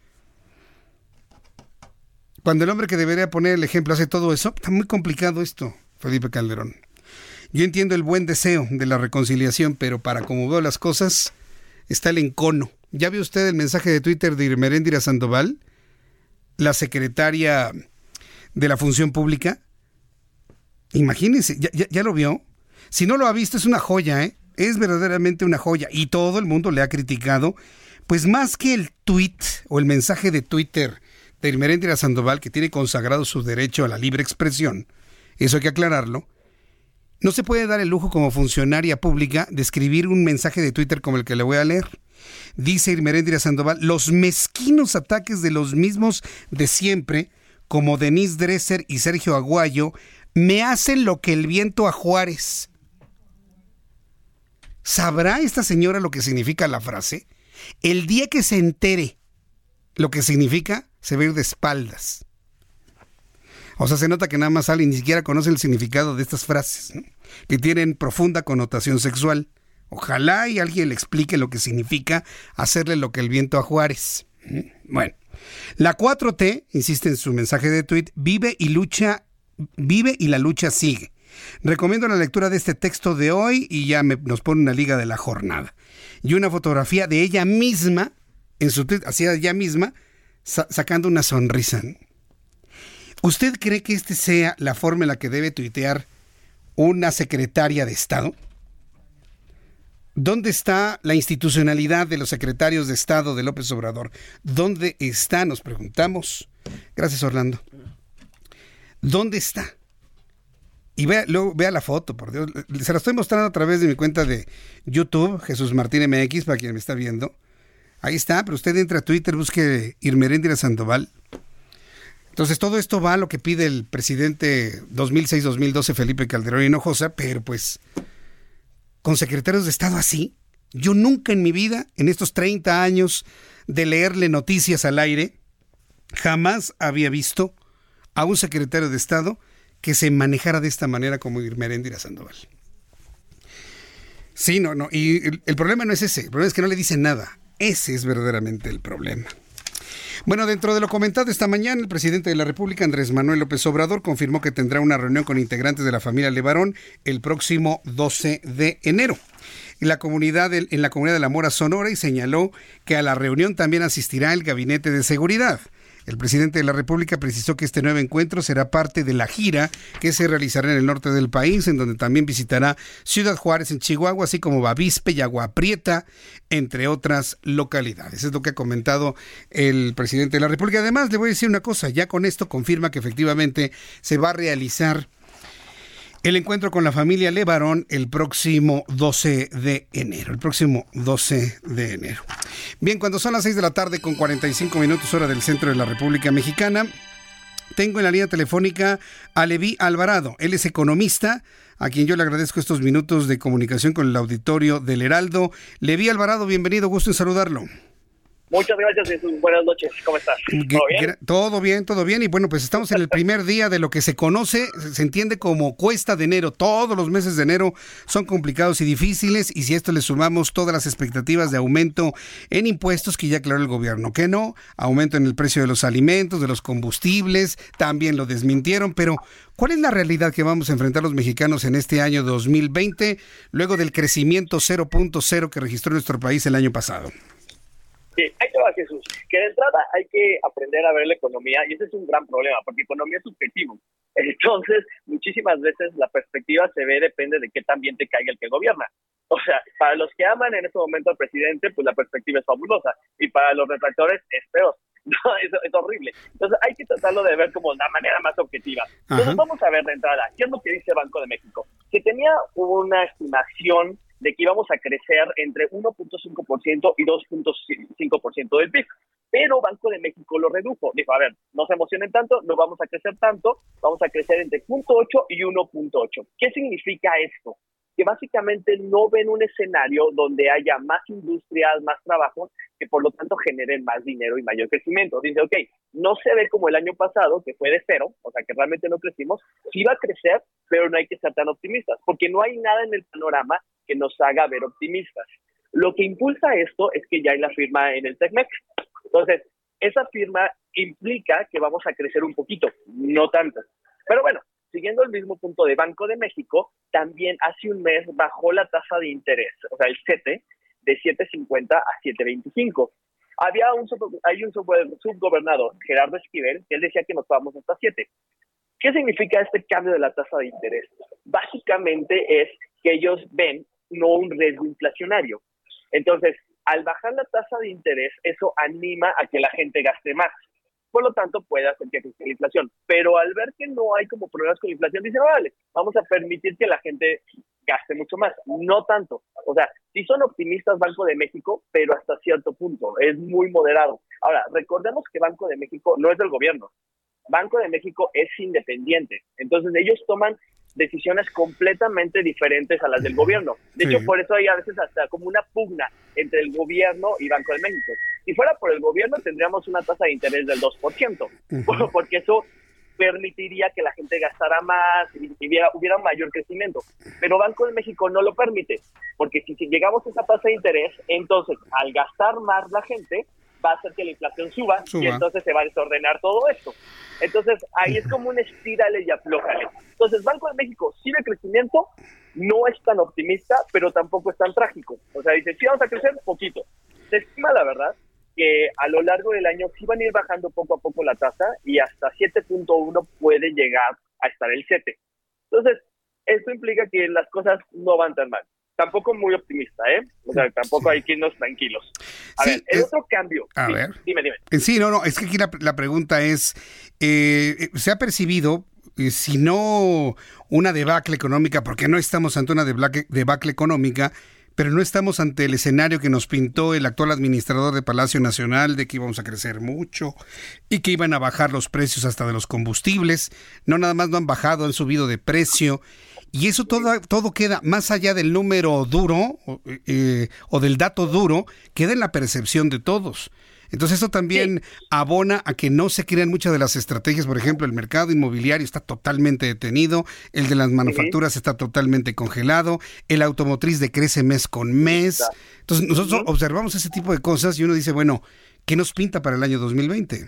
Cuando el hombre que debería poner el ejemplo hace todo eso, está muy complicado esto, Felipe Calderón. Yo entiendo el buen deseo de la reconciliación, pero para como veo las cosas, está el encono. ¿Ya vio usted el mensaje de Twitter de Irmeréndira Sandoval, la secretaria de la Función Pública? Imagínense, ¿ya, ya, ya lo vio? Si no lo ha visto, es una joya, ¿eh? Es verdaderamente una joya. Y todo el mundo le ha criticado. Pues más que el tweet o el mensaje de Twitter de Irmeréndira Sandoval, que tiene consagrado su derecho a la libre expresión, eso hay que aclararlo, no se puede dar el lujo como funcionaria pública de escribir un mensaje de Twitter como el que le voy a leer. Dice Irmeréndira Sandoval, los mezquinos ataques de los mismos de siempre, como Denise Dresser y Sergio Aguayo, me hacen lo que el viento a Juárez. ¿Sabrá esta señora lo que significa la frase? El día que se entere lo que significa, se va a ir de espaldas. O sea, se nota que nada más sale y ni siquiera conoce el significado de estas frases, ¿no? Que tienen profunda connotación sexual. Ojalá y alguien le explique lo que significa hacerle lo que el viento a Juárez. Bueno, la cuatro T, insiste en su mensaje de tuit, vive y lucha, vive y la lucha sigue. Recomiendo la lectura de este texto de hoy y ya me, nos pone una liga de la jornada. Y una fotografía de ella misma, en su tuit, hacia ella misma, sa- sacando una sonrisa. ¿Usted cree que esta sea la forma en la que debe tuitear una secretaria de Estado? ¿Dónde está la institucionalidad de los secretarios de Estado de López Obrador? ¿Dónde está? Nos preguntamos. Gracias, Orlando. ¿Dónde está? Y vea, luego, vea la foto, por Dios. Se la estoy mostrando a través de mi cuenta de YouTube, Jesús Martín M X, para quien me está viendo. Ahí está, pero usted entra a Twitter, busque Irmeréndira Sandoval. Entonces, todo esto va a lo que pide el presidente dos mil seis dos mil doce, Felipe Calderón Hinojosa, pero pues, con secretarios de Estado así, yo nunca en mi vida, en estos treinta años de leerle noticias al aire, jamás había visto a un secretario de Estado que se manejara de esta manera como Irmeréndira Sandoval. Sí, no, no, y el, el problema no es ese, el problema es que no le dicen nada. Ese es verdaderamente el problema. Bueno, dentro de lo comentado esta mañana, el presidente de la República, Andrés Manuel López Obrador, confirmó que tendrá una reunión con integrantes de la familia Levarón el próximo doce de enero. En la comunidad de, en la comunidad de La Mora, Sonora, y señaló que a la reunión también asistirá el Gabinete de Seguridad. El presidente de la República precisó que este nuevo encuentro será parte de la gira que se realizará en el norte del país, en donde también visitará Ciudad Juárez en Chihuahua, así como Bavispe y Agua Prieta, entre otras localidades. Es lo que ha comentado el presidente de la República. Además, le voy a decir una cosa, ya con esto confirma que efectivamente se va a realizar el encuentro con la familia Levarón el próximo doce de enero. El próximo doce de enero. Bien, cuando son las seis de la tarde con cuarenta y cinco minutos hora del centro de la República Mexicana, tengo en la línea telefónica a Leví Alvarado. Él es economista, a quien yo le agradezco estos minutos de comunicación con el auditorio del Heraldo. Leví Alvarado, bienvenido, gusto en saludarlo. Muchas gracias, Jesús. Buenas noches. ¿Cómo estás? ¿Todo bien? Todo bien, todo bien. Y bueno, pues estamos en el primer día de lo que se conoce, se entiende como cuesta de enero. Todos los meses de enero son complicados y difíciles. Y si a esto le sumamos todas las expectativas de aumento en impuestos que ya aclaró el gobierno que no, aumento en el precio de los alimentos, de los combustibles, también lo desmintieron. Pero, ¿cuál es la realidad que vamos a enfrentar los mexicanos en este año dos mil veinte, luego del crecimiento cero punto cero que registró nuestro país el año pasado? Sí, ahí te va, Jesús. Que de entrada hay que aprender a ver la economía, y ese es un gran problema, porque economía es subjetivo. Entonces, muchísimas veces la perspectiva se ve, depende de qué tan bien te caiga el que gobierna. O sea, para los que aman en este momento al presidente, pues la perspectiva es fabulosa, y para los retractores es peor. No, es, es horrible. Entonces hay que tratarlo de ver como la manera más objetiva. Entonces, Ajá. vamos a ver de entrada, ¿qué es lo que dice Banco de México? Que tenía una estimación de que íbamos a crecer entre uno punto cinco por ciento y dos punto cinco por ciento del P I B. Pero Banco de México lo redujo. Dijo, a ver, no se emocionen tanto, no vamos a crecer tanto, vamos a crecer entre cero punto ocho y uno punto ocho. ¿Qué significa esto? Que básicamente no ven un escenario donde haya más industrias, más trabajos, que por lo tanto generen más dinero y mayor crecimiento. Dice, ok, no se ve como el año pasado, que fue de cero, o sea que realmente no crecimos, sí va a crecer, pero no hay que ser tan optimistas, porque no hay nada en el panorama que nos haga ver optimistas. Lo que impulsa esto es que ya hay la firma en el TECMEC. Entonces, esa firma implica que vamos a crecer un poquito, no tanto. Pero bueno, siguiendo el mismo punto de Banco de México, también hace un mes bajó la tasa de interés, o sea, el C E T E, de siete punto cincuenta a siete punto veinticinco. Había un, hay un subgobernador, Gerardo Esquivel, que él decía que nos vamos hasta siete. ¿Qué significa este cambio de la tasa de interés? Básicamente es que ellos ven no un riesgo inflacionario. Entonces, al bajar la tasa de interés, eso anima a que la gente gaste más. Por lo tanto, puede hacer que crezca la inflación. Pero al ver que no hay como problemas con la inflación, dicen, vale, vamos a permitir que la gente gaste mucho más. No tanto. O sea, sí son optimistas Banco de México, pero hasta cierto punto. Es muy moderado. Ahora, recordemos que Banco de México no es del gobierno. Banco de México es independiente. Entonces, ellos toman decisiones completamente diferentes a las del gobierno. De hecho, sí. por eso hay a veces hasta como una pugna entre el gobierno y Banco de México. Si fuera por el gobierno, tendríamos una tasa de interés del dos por ciento, uh-huh. porque eso permitiría que la gente gastara más y, y hubiera, hubiera un mayor crecimiento. Pero Banco de México no lo permite, porque si, si llegamos a esa tasa de interés, entonces al gastar más la gente va a hacer que la inflación suba, suba. Y entonces se va a desordenar todo esto. Entonces ahí es como un estírale y aflójale. Entonces Banco de México sí ve crecimiento, no es tan optimista, pero tampoco es tan trágico. O sea, dice, sí vamos a crecer poquito. Se estima, la verdad, que a lo largo del año sí van a ir bajando poco a poco la tasa y hasta siete punto uno puede llegar a estar el siete. Entonces, esto implica que las cosas no van tan mal. Tampoco muy optimista, ¿eh? O sea, tampoco sí. Hay que irnos tranquilos. A sí, ver, el es... otro cambio. A sí, ver. Dime, dime. Sí, no, no, es que aquí la, la pregunta es, eh, ¿se ha percibido, eh, si no una debacle económica, porque no estamos ante una debacle, debacle económica, pero no estamos ante el escenario que nos pintó el actual administrador de Palacio Nacional de que íbamos a crecer mucho y que iban a bajar los precios hasta de los combustibles? No, nada más no han bajado, han subido de precio. Y eso todo, todo queda más allá del número duro eh, o del dato duro, queda en la percepción de todos. Entonces eso también sí. abona a que no se crean muchas de las estrategias. Por ejemplo, el mercado inmobiliario está totalmente detenido, el de las manufacturas sí. está totalmente congelado, el automotriz decrece mes con mes. Entonces nosotros uh-huh. observamos ese tipo de cosas y uno dice, bueno, ¿qué nos pinta para el año dos mil veinte?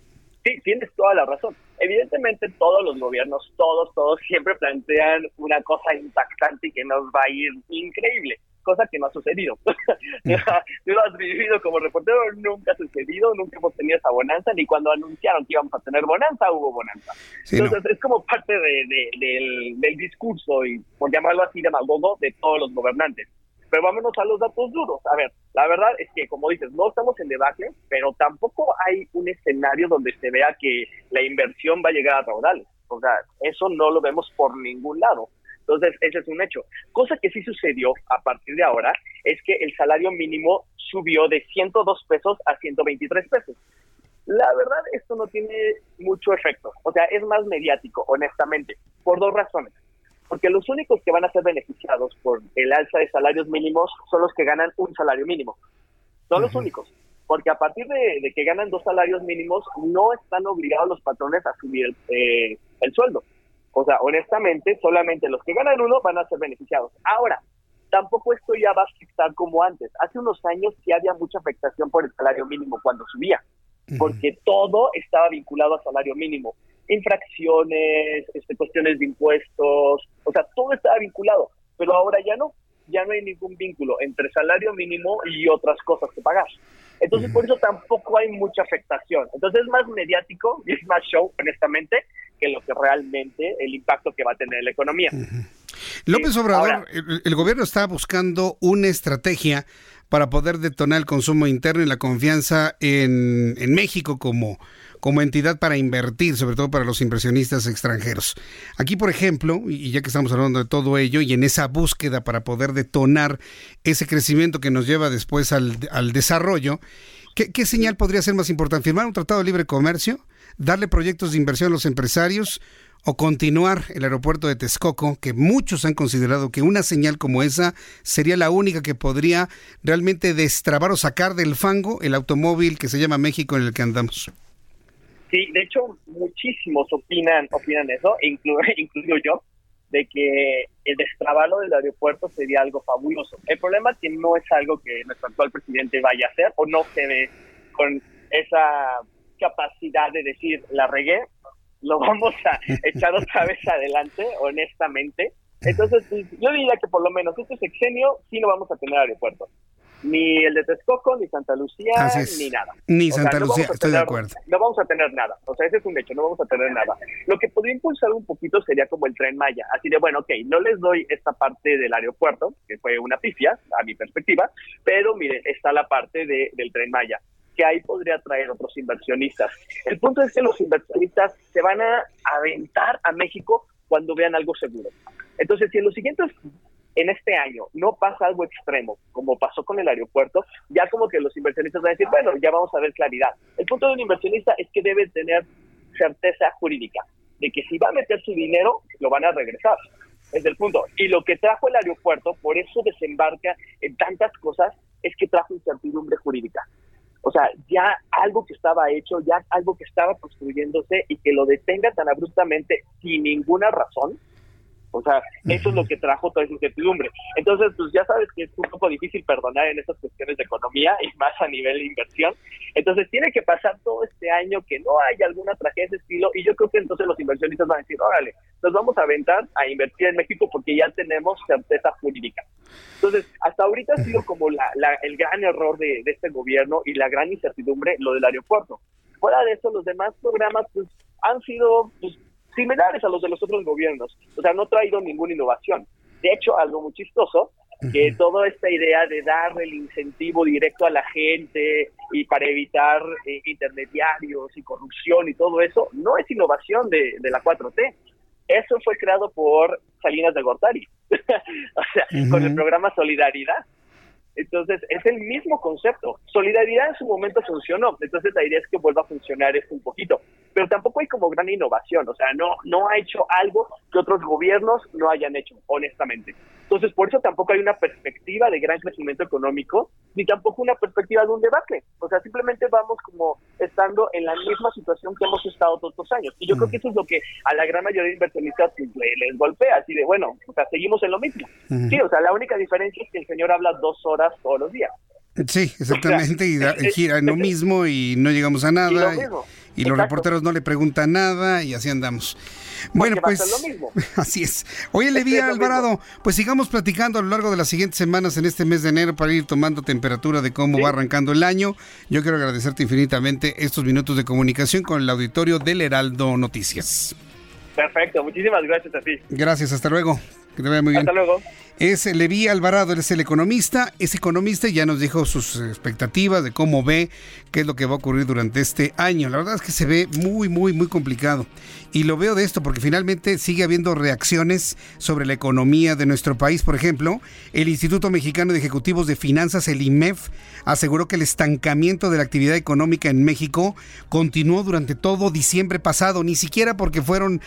Sí, tienes toda la razón. Evidentemente todos los gobiernos, todos, todos siempre plantean una cosa impactante y que nos va a ir increíble. Cosa que no ha sucedido. Tú lo has vivido como reportero, nunca ha sucedido, nunca hemos tenido esa bonanza, ni cuando anunciaron que íbamos a tener bonanza, hubo bonanza. Sí, Entonces no. es como parte de, de, del, del discurso, y por llamarlo así, demagogo, de todos los gobernantes. Pero vámonos a los datos duros. A ver, la verdad es que, como dices, no estamos en debacle, pero tampoco hay un escenario donde se vea que la inversión va a llegar a raudales. O sea, eso no lo vemos por ningún lado. Entonces, ese es un hecho. Cosa que sí sucedió a partir de ahora es que el salario mínimo subió de ciento dos pesos a ciento veintitrés pesos. La verdad, esto no tiene mucho efecto. O sea, es más mediático, honestamente, por dos razones. Porque los únicos que van a ser beneficiados por el alza de salarios mínimos son los que ganan un salario mínimo. Son los uh-huh. únicos. Porque a partir de, de que ganan dos salarios mínimos, no están obligados los patrones a subir eh, el sueldo. O sea, honestamente, solamente los que ganan uno van a ser beneficiados. Ahora, tampoco esto ya va a afectar como antes. Hace unos años sí había mucha afectación por el salario mínimo cuando subía, porque uh-huh. todo estaba vinculado al salario mínimo. Infracciones, este, cuestiones de impuestos, o sea, todo estaba vinculado. Pero ahora ya no, ya no hay ningún vínculo entre salario mínimo y otras cosas que pagar. Entonces, uh-huh. por eso tampoco hay mucha afectación. Entonces, es más mediático y es más show, honestamente, que lo que realmente, el impacto que va a tener la economía. Uh-huh. López Obrador, Ahora, el, el gobierno está buscando una estrategia para poder detonar el consumo interno y la confianza en, en México como, como entidad para invertir, sobre todo para los inversionistas extranjeros. Aquí, por ejemplo, y ya que estamos hablando de todo ello, y en esa búsqueda para poder detonar ese crecimiento que nos lleva después al, al desarrollo, ¿qué, qué señal podría ser más importante? ¿Firmar un tratado de libre comercio? ¿Darle proyectos de inversión a los empresarios? ¿O continuar el aeropuerto de Texcoco, que muchos han considerado que una señal como esa sería la única que podría realmente destrabar o sacar del fango el automóvil que se llama México en el que andamos? Sí, de hecho, muchísimos opinan opinan eso, incluyo, incluyo yo, de que el destrabarlo del aeropuerto sería algo fabuloso. El problema es que no es algo que nuestro actual presidente vaya a hacer, o no se ve con esa capacidad de decir, la regué, lo vamos a echar otra vez adelante, honestamente. Entonces, yo diría que por lo menos este sexenio sí no vamos a tener aeropuerto. Ni el de Texcoco, ni Santa Lucía, ni nada. Ni Santa o sea, Lucía, no estoy tener, de acuerdo. No vamos a tener nada. O sea, ese es un hecho, no vamos a tener nada. Lo que podría impulsar un poquito sería como el Tren Maya. Así de, bueno, ok, no les doy esta parte del aeropuerto, que fue una pifia, a mi perspectiva, pero miren, está la parte de, del Tren Maya, que ahí podría atraer otros inversionistas. El punto es que los inversionistas se van a aventar a México cuando vean algo seguro. Entonces, si en los siguientes, en este año, no pasa algo extremo, como pasó con el aeropuerto, ya como que los inversionistas van a decir, bueno, ya vamos a ver claridad. El punto de un inversionista es que debe tener certeza jurídica, de que si va a meter su dinero, lo van a regresar. Es el punto. Y lo que trajo el aeropuerto, por eso desembarca en tantas cosas, es que trajo incertidumbre jurídica. O sea, ya algo que estaba hecho, ya algo que estaba construyéndose y que lo detenga tan abruptamente sin ninguna razón. O sea, eso es lo que trajo toda esa incertidumbre. Entonces, pues ya sabes que es un poco difícil perdonar en estas cuestiones de economía y más a nivel de inversión. Entonces, tiene que pasar todo este año que no haya alguna tragedia de ese estilo y yo creo que entonces los inversionistas van a decir, órale, nos vamos a aventar a invertir en México porque ya tenemos certeza jurídica. Entonces, hasta ahorita ha sido como la, la, el gran error de, de este gobierno y la gran incertidumbre lo del aeropuerto. Fuera de eso, los demás programas pues han sido... Pues, similares a los de los otros gobiernos, o sea, no ha traído ninguna innovación. De hecho, algo muy chistoso, que toda esta idea de darle el incentivo directo a la gente y para evitar eh, intermediarios y corrupción y todo eso, no es innovación de, de la cuatro T. Eso fue creado por Salinas de Gortari, o sea, uh-huh. con el programa Solidaridad. Entonces, es el mismo concepto. Solidaridad en su momento funcionó, entonces la idea es que vuelva a funcionar esto un poquito. Pero tampoco hay como gran innovación, o sea, no no ha hecho algo que otros gobiernos no hayan hecho, honestamente. Entonces, por eso tampoco hay una perspectiva de gran crecimiento económico, ni tampoco una perspectiva de un debate. O sea, simplemente vamos como estando en la misma situación que hemos estado todos estos años. Y yo mm. creo que eso es lo que a la gran mayoría de inversionistas pues, les, les golpea, así de, bueno, o sea, seguimos en lo mismo. Mm. Sí, o sea, la única diferencia es que el señor habla dos horas todos los días. Sí, exactamente, o sea, y gira en lo mismo y no llegamos a nada. Y, lo mismo. y, y los reporteros no le preguntan nada y así andamos. Bueno, pues lo mismo. Así es. Oye, Leví Alvarado, pues sigamos platicando a lo largo de las siguientes semanas en este mes de enero para ir tomando temperatura de cómo ¿Sí? va arrancando el año. Yo quiero agradecerte infinitamente estos minutos de comunicación con el auditorio del Heraldo Noticias. Perfecto, muchísimas gracias a ti. Gracias, hasta luego. Que te vaya muy bien. Hasta luego. Es Leví Alvarado, él es el economista, es economista y ya nos dijo sus expectativas de cómo ve qué es lo que va a ocurrir durante este año. La verdad es que se ve muy, muy, muy complicado. Y lo veo de esto porque finalmente sigue habiendo reacciones sobre la economía de nuestro país. Por ejemplo, el Instituto Mexicano de Ejecutivos de Finanzas, el I M E F, aseguró que el estancamiento de la actividad económica en México continuó durante todo diciembre pasado, ni siquiera porque fueron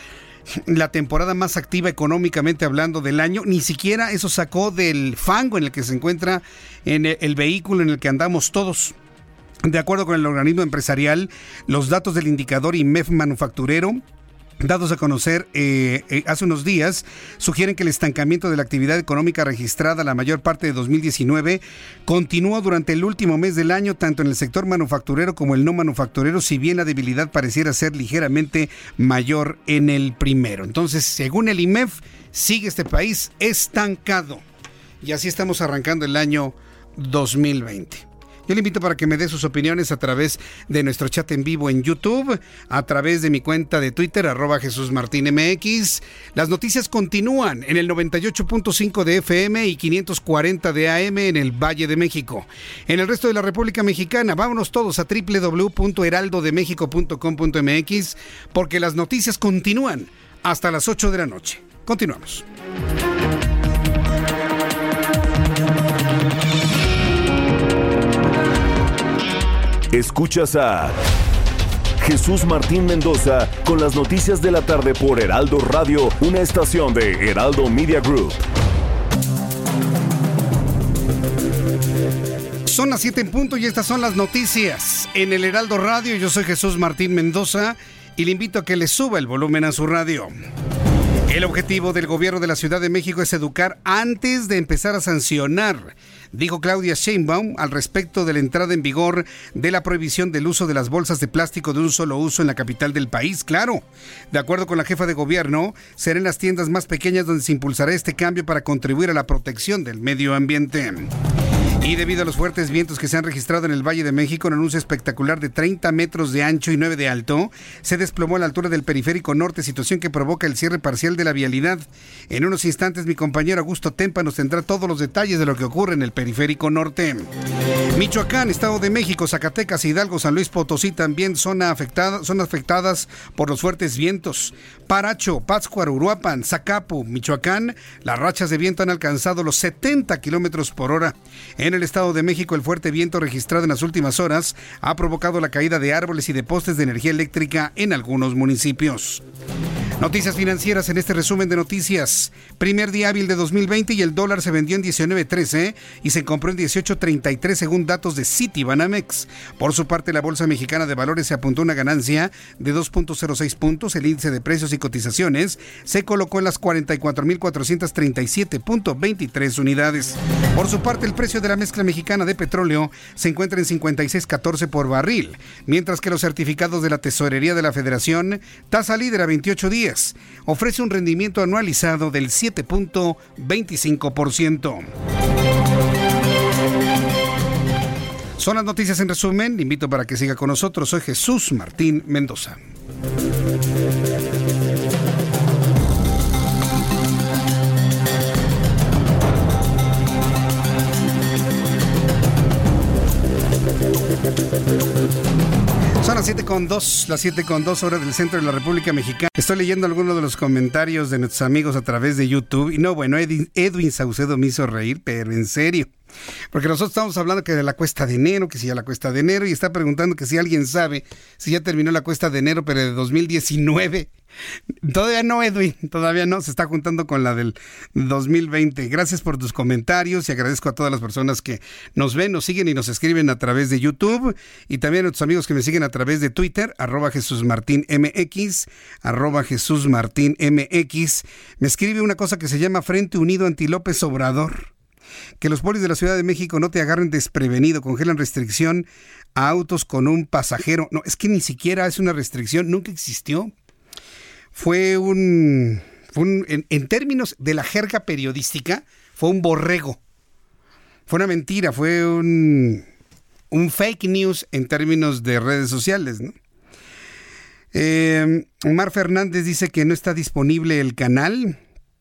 la temporada más activa económicamente hablando del año, ni siquiera eso sacó del fango en el que se encuentra en el, el vehículo en el que andamos todos. De acuerdo con el organismo empresarial, los datos del indicador I M E F manufacturero dados a conocer eh, eh, hace unos días, sugieren que el estancamiento de la actividad económica registrada la mayor parte de dos mil diecinueve continuó durante el último mes del año, tanto en el sector manufacturero como el no manufacturero, si bien la debilidad pareciera ser ligeramente mayor en el primero. Entonces, según el I M E F, sigue este país estancado. Y así estamos arrancando el año dos mil veinte. Yo le invito para que me dé sus opiniones a través de nuestro chat en vivo en YouTube, a través de mi cuenta de Twitter, arroba Jesús Martín M X. Las noticias continúan en el noventa y ocho punto cinco de F M y quinientos cuarenta de A M en el Valle de México. En el resto de la República Mexicana, vámonos todos a doble u doble u doble u punto heraldo de méxico punto com punto m x porque las noticias continúan hasta las ocho de la noche. Continuamos. Escuchas a Jesús Martín Mendoza con las noticias de la tarde por Heraldo Radio, una estación de Heraldo Media Group. Son las siete en punto y estas son las noticias en el Heraldo Radio. Yo soy Jesús Martín Mendoza y le invito a que le suba el volumen a su radio. El objetivo del gobierno de la Ciudad de México es educar antes de empezar a sancionar, dijo Claudia Sheinbaum al respecto de la entrada en vigor de la prohibición del uso de las bolsas de plástico de un solo uso en la capital del país. Claro, de acuerdo con la jefa de gobierno, será en las tiendas más pequeñas donde se impulsará este cambio para contribuir a la protección del medio ambiente. Y debido a los fuertes vientos que se han registrado en el Valle de México, en un uso espectacular de treinta metros de ancho y nueve de alto, se desplomó a la altura del Periférico Norte, situación que provoca el cierre parcial de la vialidad. En unos instantes, mi compañero Augusto Tempa nos tendrá todos los detalles de lo que ocurre en el Periférico Norte. Michoacán, Estado de México, Zacatecas, Hidalgo, San Luis Potosí también son, afectada, son afectadas por los fuertes vientos. Paracho, Pátzcuaro, Uruapan, Zacapu, Michoacán, las rachas de viento han alcanzado los setenta kilómetros por hora. En el Estado de México, el fuerte viento registrado en las últimas horas ha provocado la caída de árboles y de postes de energía eléctrica en algunos municipios. Noticias financieras en este resumen de noticias. Primer día hábil de dos mil veinte y el dólar se vendió en diecinueve trece y se compró en dieciocho treinta y tres según datos de Citibanamex. Por su parte, la Bolsa Mexicana de Valores se apuntó una ganancia de dos punto cero seis puntos. El índice de precios y cotizaciones se colocó en las cuarenta y cuatro mil cuatrocientos treinta y siete punto veintitrés unidades. Por su parte, el precio de la mezcla mexicana de petróleo se encuentra en cincuenta y seis catorce por barril, mientras que los certificados de la Tesorería de la Federación, tasa líder a veintiocho días, ofrece un rendimiento anualizado del siete punto veinticinco por ciento. Son las noticias en resumen. Le invito para que siga con nosotros. Soy Jesús Martín Mendoza. Son las siete con dos, las siete con dos horas del centro de la República Mexicana. Estoy leyendo algunos de los comentarios de nuestros amigos a través de YouTube. Y no, bueno, Edwin, Edwin Saucedo me hizo reír, pero en serio. Porque nosotros estamos hablando que de la cuesta de enero, que si ya la cuesta de enero, y está preguntando que si alguien sabe si ya terminó la cuesta de enero, pero de dos mil diecinueve. Todavía no, Edwin, todavía no, se está juntando con la del dos mil veinte. Gracias por tus comentarios y agradezco a todas las personas que nos ven, nos siguen y nos escriben a través de YouTube, y también a nuestros amigos que me siguen a través de Twitter, arroba Jesús Martín M X, arroba Jesús Martín M X. Me escribe una cosa que se llama Frente Unido Anti López Obrador. Que los polis de la Ciudad de México no te agarren desprevenido, congelan restricción a autos con un pasajero. No, es que ni siquiera es una restricción, nunca existió. Fue un, fue un en, en términos de la jerga periodística, fue un borrego. Fue una mentira, fue un, un fake news en términos de redes sociales, ¿no? Eh, Omar Fernández dice que no está disponible el canal.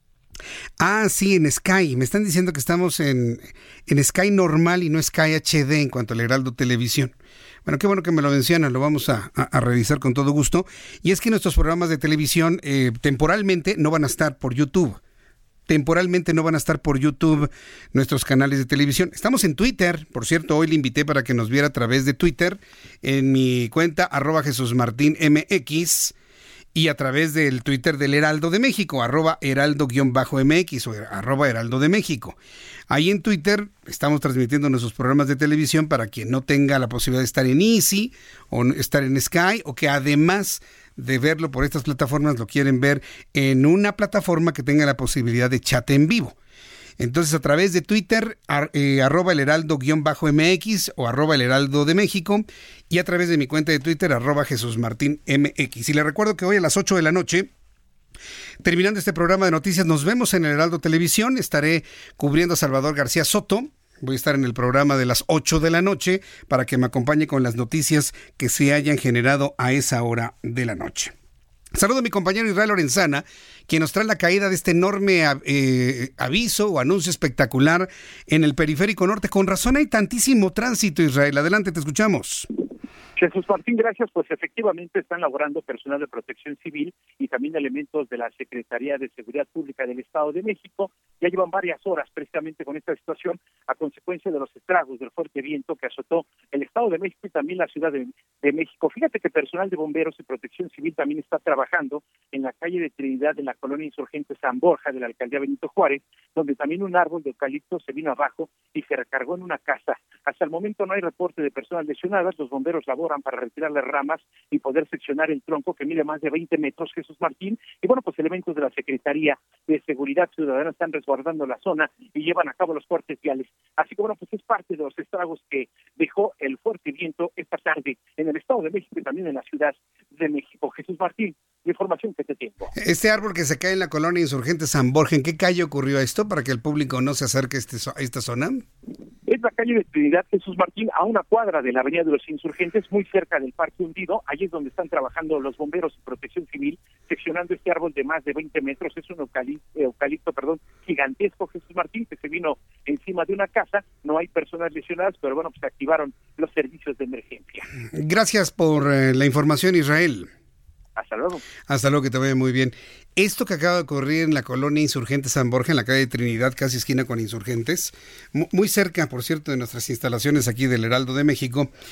Ah, sí, en Sky. Me están diciendo que estamos en, en Sky normal y no Sky H D en cuanto al Heraldo Televisión. Bueno, qué bueno que me lo mencionan, lo vamos a, a, a revisar con todo gusto. Y es que nuestros programas de televisión eh, temporalmente no van a estar por YouTube. Temporalmente no van a estar por YouTube nuestros canales de televisión. Estamos en Twitter, por cierto, hoy le invité para que nos viera a través de Twitter, en mi cuenta, arroba Jesús Martín M X, y a través del Twitter del Heraldo de México, arroba heraldo-M X o arroba heraldo de México. Ahí en Twitter estamos transmitiendo nuestros programas de televisión para quien no tenga la posibilidad de estar en Easy o estar en Sky, o que además de verlo por estas plataformas lo quieren ver en una plataforma que tenga la posibilidad de chat en vivo. Entonces, a través de Twitter, ar, eh, arroba el heraldo-M X o arroba el heraldo de México, y a través de mi cuenta de Twitter, arroba Jesús Martín M X. Y les recuerdo que hoy a las ocho de la noche, terminando este programa de noticias, nos vemos en el Heraldo Televisión. Estaré cubriendo a Salvador García Soto. Voy a estar en el programa de las ocho de la noche para que me acompañe con las noticias que se hayan generado a esa hora de la noche. Saludo a mi compañero Israel Lorenzana, quien nos trae la caída de este enorme eh, aviso o anuncio espectacular en el Periférico Norte. Con razón hay tantísimo tránsito, Israel. Adelante, te escuchamos. Jesús Martín, gracias. Pues efectivamente están laborando personal de Protección Civil y también elementos de la Secretaría de Seguridad Pública del Estado de México. Ya llevan varias horas precisamente con esta situación a consecuencia de los estragos del fuerte viento que azotó el Estado de México y también la Ciudad de, de México. Fíjate que personal de bomberos y Protección Civil también está trabajando en la calle de Trinidad, en la colonia Insurgente San Borja de la alcaldía Benito Juárez, donde también un árbol de eucalipto se vino abajo y se recargó en una casa. Hasta el momento no hay reporte de personas lesionadas. Los bomberos laboran para retirar las ramas y poder seccionar el tronco que mide más de veinte metros, Jesús Martín. Y bueno, pues elementos de la Secretaría de Seguridad Ciudadana están resguardando la zona y llevan a cabo los cortes viales. Así que bueno, pues es parte de los estragos que dejó el fuerte viento esta tarde en el Estado de México y también en la Ciudad de México. Jesús Martín, la información que te tengo. Este árbol que se cae en la colonia Insurgente San Borja, ¿en qué calle ocurrió esto para que el público no se acerque a, este, a esta zona? Es la calle de Trinidad, Jesús Martín, a una cuadra de la avenida de los Insurgentes, muy cerca del Parque Hundido. Allí es donde están trabajando los bomberos y Protección Civil, seccionando este árbol de más de veinte metros. Es un eucalipto, eucalipto perdón, gigantesco, Jesús Martín, que se vino encima de una casa. No hay personas lesionadas, pero bueno, pues se activaron los servicios de emergencia. Gracias por eh, la información, Israel. Hasta luego. Hasta luego, que te vaya muy bien. Esto que acaba de ocurrir en la colonia Insurgentes San Borja, en la calle de Trinidad, casi esquina con Insurgentes, muy cerca, por cierto, de nuestras instalaciones aquí del Heraldo de México.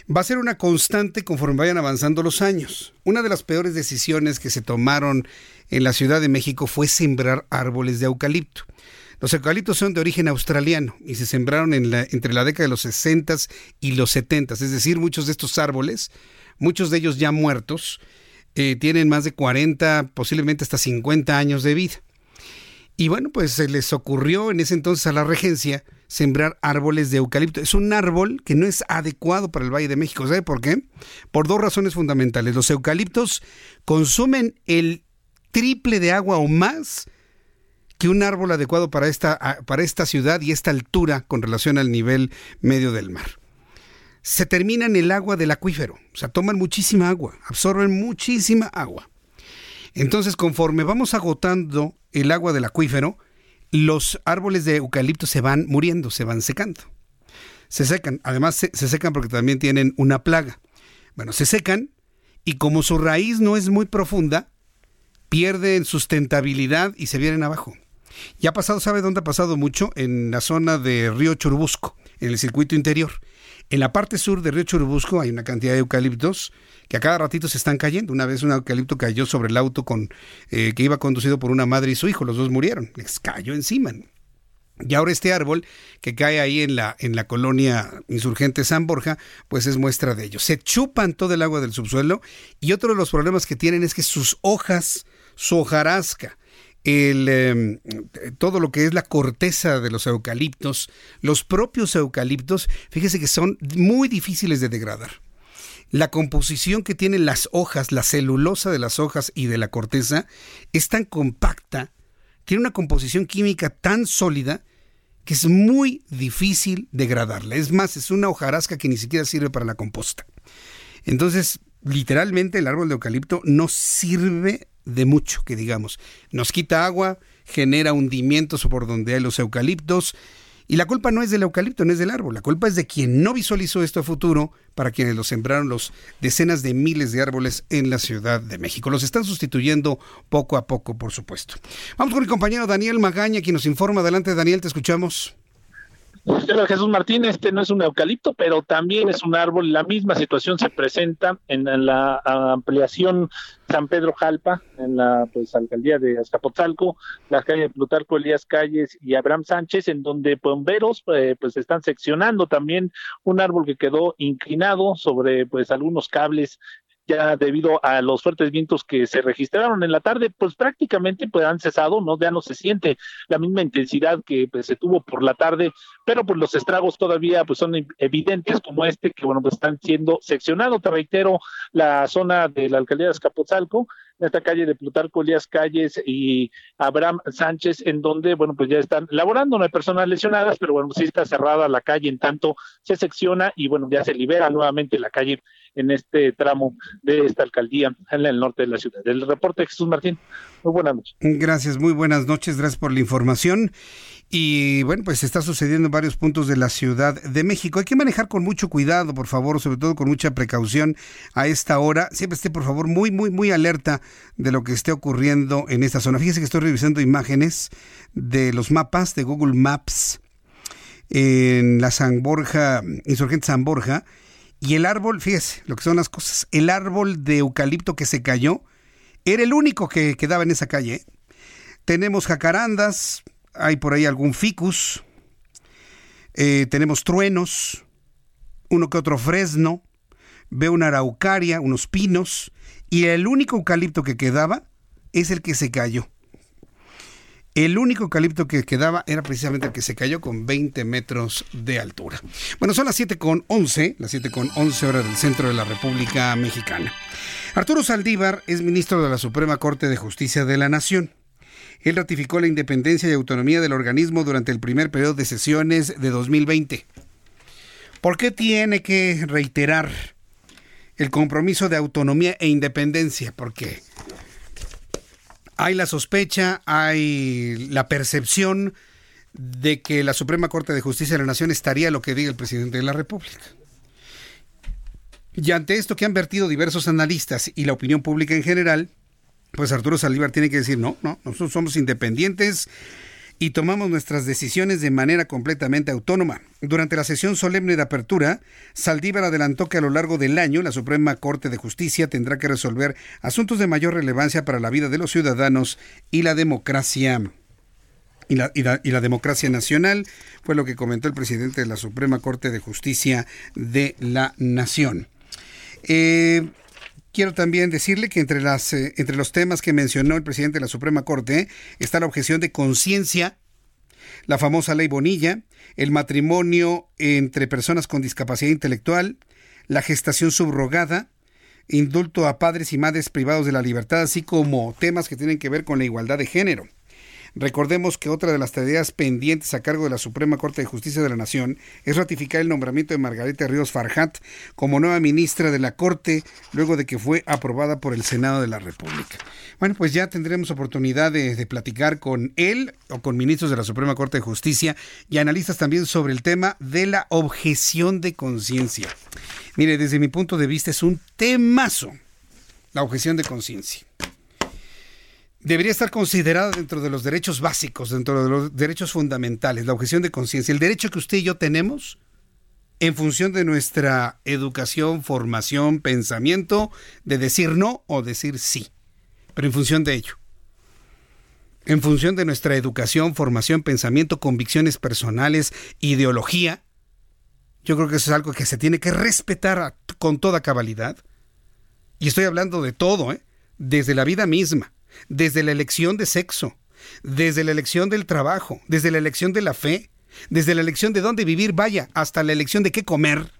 va a ser una constante conforme vayan avanzando los años. Una de las peores decisiones que se tomaron en la Ciudad de México fue sembrar árboles de eucalipto. Los eucaliptos son de origen australiano y se sembraron en la, entre la década de los sesentas y los setentas. Es decir, muchos de estos árboles, muchos de ellos ya muertos, eh, tienen más de cuarenta, posiblemente hasta cincuenta años de vida. Y bueno, pues se les ocurrió en ese entonces a la regencia sembrar árboles de eucalipto. Es un árbol que no es adecuado para el Valle de México. ¿Sabe por qué? Por dos razones fundamentales. Los eucaliptos consumen el triple de agua o más que un árbol adecuado para esta, para esta ciudad y esta altura con relación al nivel medio del mar. Se terminan el agua del acuífero, o sea, toman muchísima agua, absorben muchísima agua. Entonces, conforme vamos agotando el agua del acuífero, los árboles de eucalipto se van muriendo, se van secando. Se secan, además se, se secan porque también tienen una plaga. Bueno, se secan y como su raíz no es muy profunda, pierden sustentabilidad y se vienen abajo. Ya ha pasado, ¿sabe dónde ha pasado mucho? En la zona de Río Churubusco, en el circuito interior. En la parte sur de Río Churubusco hay una cantidad de eucaliptos que a cada ratito se están cayendo. Una vez un eucalipto cayó sobre el auto con eh, que iba conducido por una madre y su hijo. Los dos murieron. Les cayó encima. Y ahora este árbol que cae ahí en la, en la colonia insurgente San Borja, pues es muestra de ello. Se chupan todo el agua del subsuelo y otro de los problemas que tienen es que sus hojas, su hojarasca, El, eh, todo lo que es la corteza de los eucaliptos, los propios eucaliptos, fíjese que son muy difíciles de degradar. La composición que tienen las hojas, la celulosa de las hojas y de la corteza es tan compacta, tiene una composición química tan sólida que es muy difícil degradarla. Es más, es una hojarasca que ni siquiera sirve para la composta. Entonces, literalmente el árbol de eucalipto no sirve de mucho, que digamos. Nos quita agua, genera hundimientos por donde hay los eucaliptos, y la culpa no es del eucalipto, no es del árbol, la culpa es de quien no visualizó esto a futuro, para quienes lo sembraron los decenas de miles de árboles en la Ciudad de México. Los están sustituyendo poco a poco, por supuesto. Vamos con el compañero Daniel Magaña, quien nos informa. Adelante, Daniel, te escuchamos. Hola, Jesús Martín, este no es un eucalipto, pero también es un árbol. La misma situación se presenta en, en la ampliación San Pedro Jalpa, en la pues alcaldía de Azcapotzalco, la calle de Plutarco Elías Calles y Abraham Sánchez, en donde bomberos eh, pues están seccionando también un árbol que quedó inclinado sobre pues algunos cables. Ya debido a los fuertes vientos que se registraron en la tarde, pues prácticamente pues han cesado, no ya no se siente la misma intensidad que pues, se tuvo por la tarde, pero pues los estragos todavía pues son evidentes, como este que bueno pues están siendo seccionados. Te reitero, la zona de la alcaldía de Azcapotzalco, en esta calle de Plutarco Elías Calles y Abraham Sánchez, en donde bueno pues ya están laborando, no hay personas lesionadas, pero bueno sí está cerrada la calle en tanto se secciona y bueno ya se libera nuevamente la calle en este tramo de esta alcaldía en el norte de la ciudad. El reporte de Jesús Martín, muy buenas noches. Gracias, muy buenas noches, gracias por la información. Y bueno, pues está sucediendo en varios puntos de la Ciudad de México. Hay que manejar con mucho cuidado, por favor, sobre todo con mucha precaución a esta hora. Siempre esté, por favor, muy, muy, muy alerta de lo que esté ocurriendo en esta zona. Fíjese que estoy revisando imágenes de los mapas de Google Maps en la San Borja, insurgente San Borja, y el árbol, fíjese lo que son las cosas, el árbol de eucalipto que se cayó era el único que quedaba en esa calle, ¿eh? Tenemos jacarandas, hay por ahí algún ficus, eh, tenemos truenos, uno que otro fresno, veo una araucaria, unos pinos, y el único eucalipto que quedaba es el que se cayó. El único eucalipto que quedaba era precisamente el que se cayó con veinte metros de altura. Bueno, son las siete con once, las siete con once horas del centro de la República Mexicana. Arturo Saldívar es ministro de la Suprema Corte de Justicia de la Nación. Él ratificó la independencia y autonomía del organismo durante el primer periodo de sesiones de dos mil veinte. ¿Por qué tiene que reiterar el compromiso de autonomía e independencia? Porque hay la sospecha, hay la percepción de que la Suprema Corte de Justicia de la Nación estaría lo que diga el presidente de la República. Y ante esto que han vertido diversos analistas y la opinión pública en general, pues Arturo Saldívar tiene que decir, no, no, nosotros somos independientes y tomamos nuestras decisiones de manera completamente autónoma. Durante la sesión solemne de apertura, Saldívar adelantó que a lo largo del año la Suprema Corte de Justicia tendrá que resolver asuntos de mayor relevancia para la vida de los ciudadanos y la democracia. Y la, y, la, y la democracia nacional, fue lo que comentó el presidente de la Suprema Corte de Justicia de la Nación. Eh, quiero también decirle que entre, las, eh, entre los temas que mencionó el presidente de la Suprema Corte está la objeción de conciencia, la famosa ley Bonilla, el matrimonio entre personas con discapacidad intelectual, la gestación subrogada, indulto a padres y madres privados de la libertad, así como temas que tienen que ver con la igualdad de género. Recordemos que otra de las tareas pendientes a cargo de la Suprema Corte de Justicia de la Nación es ratificar el nombramiento de Margarita Ríos Farjat como nueva ministra de la Corte, luego de que fue aprobada por el Senado de la República. Bueno, pues ya tendremos oportunidad de, de platicar con él o con ministros de la Suprema Corte de Justicia y analistas también sobre el tema de la objeción de conciencia. Mire, desde mi punto de vista es un temazo, la objeción de conciencia. Debería estar considerada dentro de los derechos básicos, dentro de los derechos fundamentales, la objeción de conciencia, el derecho que usted y yo tenemos en función de nuestra educación, formación, pensamiento, de decir no o decir sí, pero en función de ello. En función de nuestra educación, formación, pensamiento, convicciones personales, ideología, yo creo que eso es algo que se tiene que respetar a, con toda cabalidad. Y estoy hablando de todo, ¿eh? Desde la vida misma. Desde la elección de sexo, desde la elección del trabajo, desde la elección de la fe, desde la elección de dónde vivir, vaya, hasta la elección de qué comer.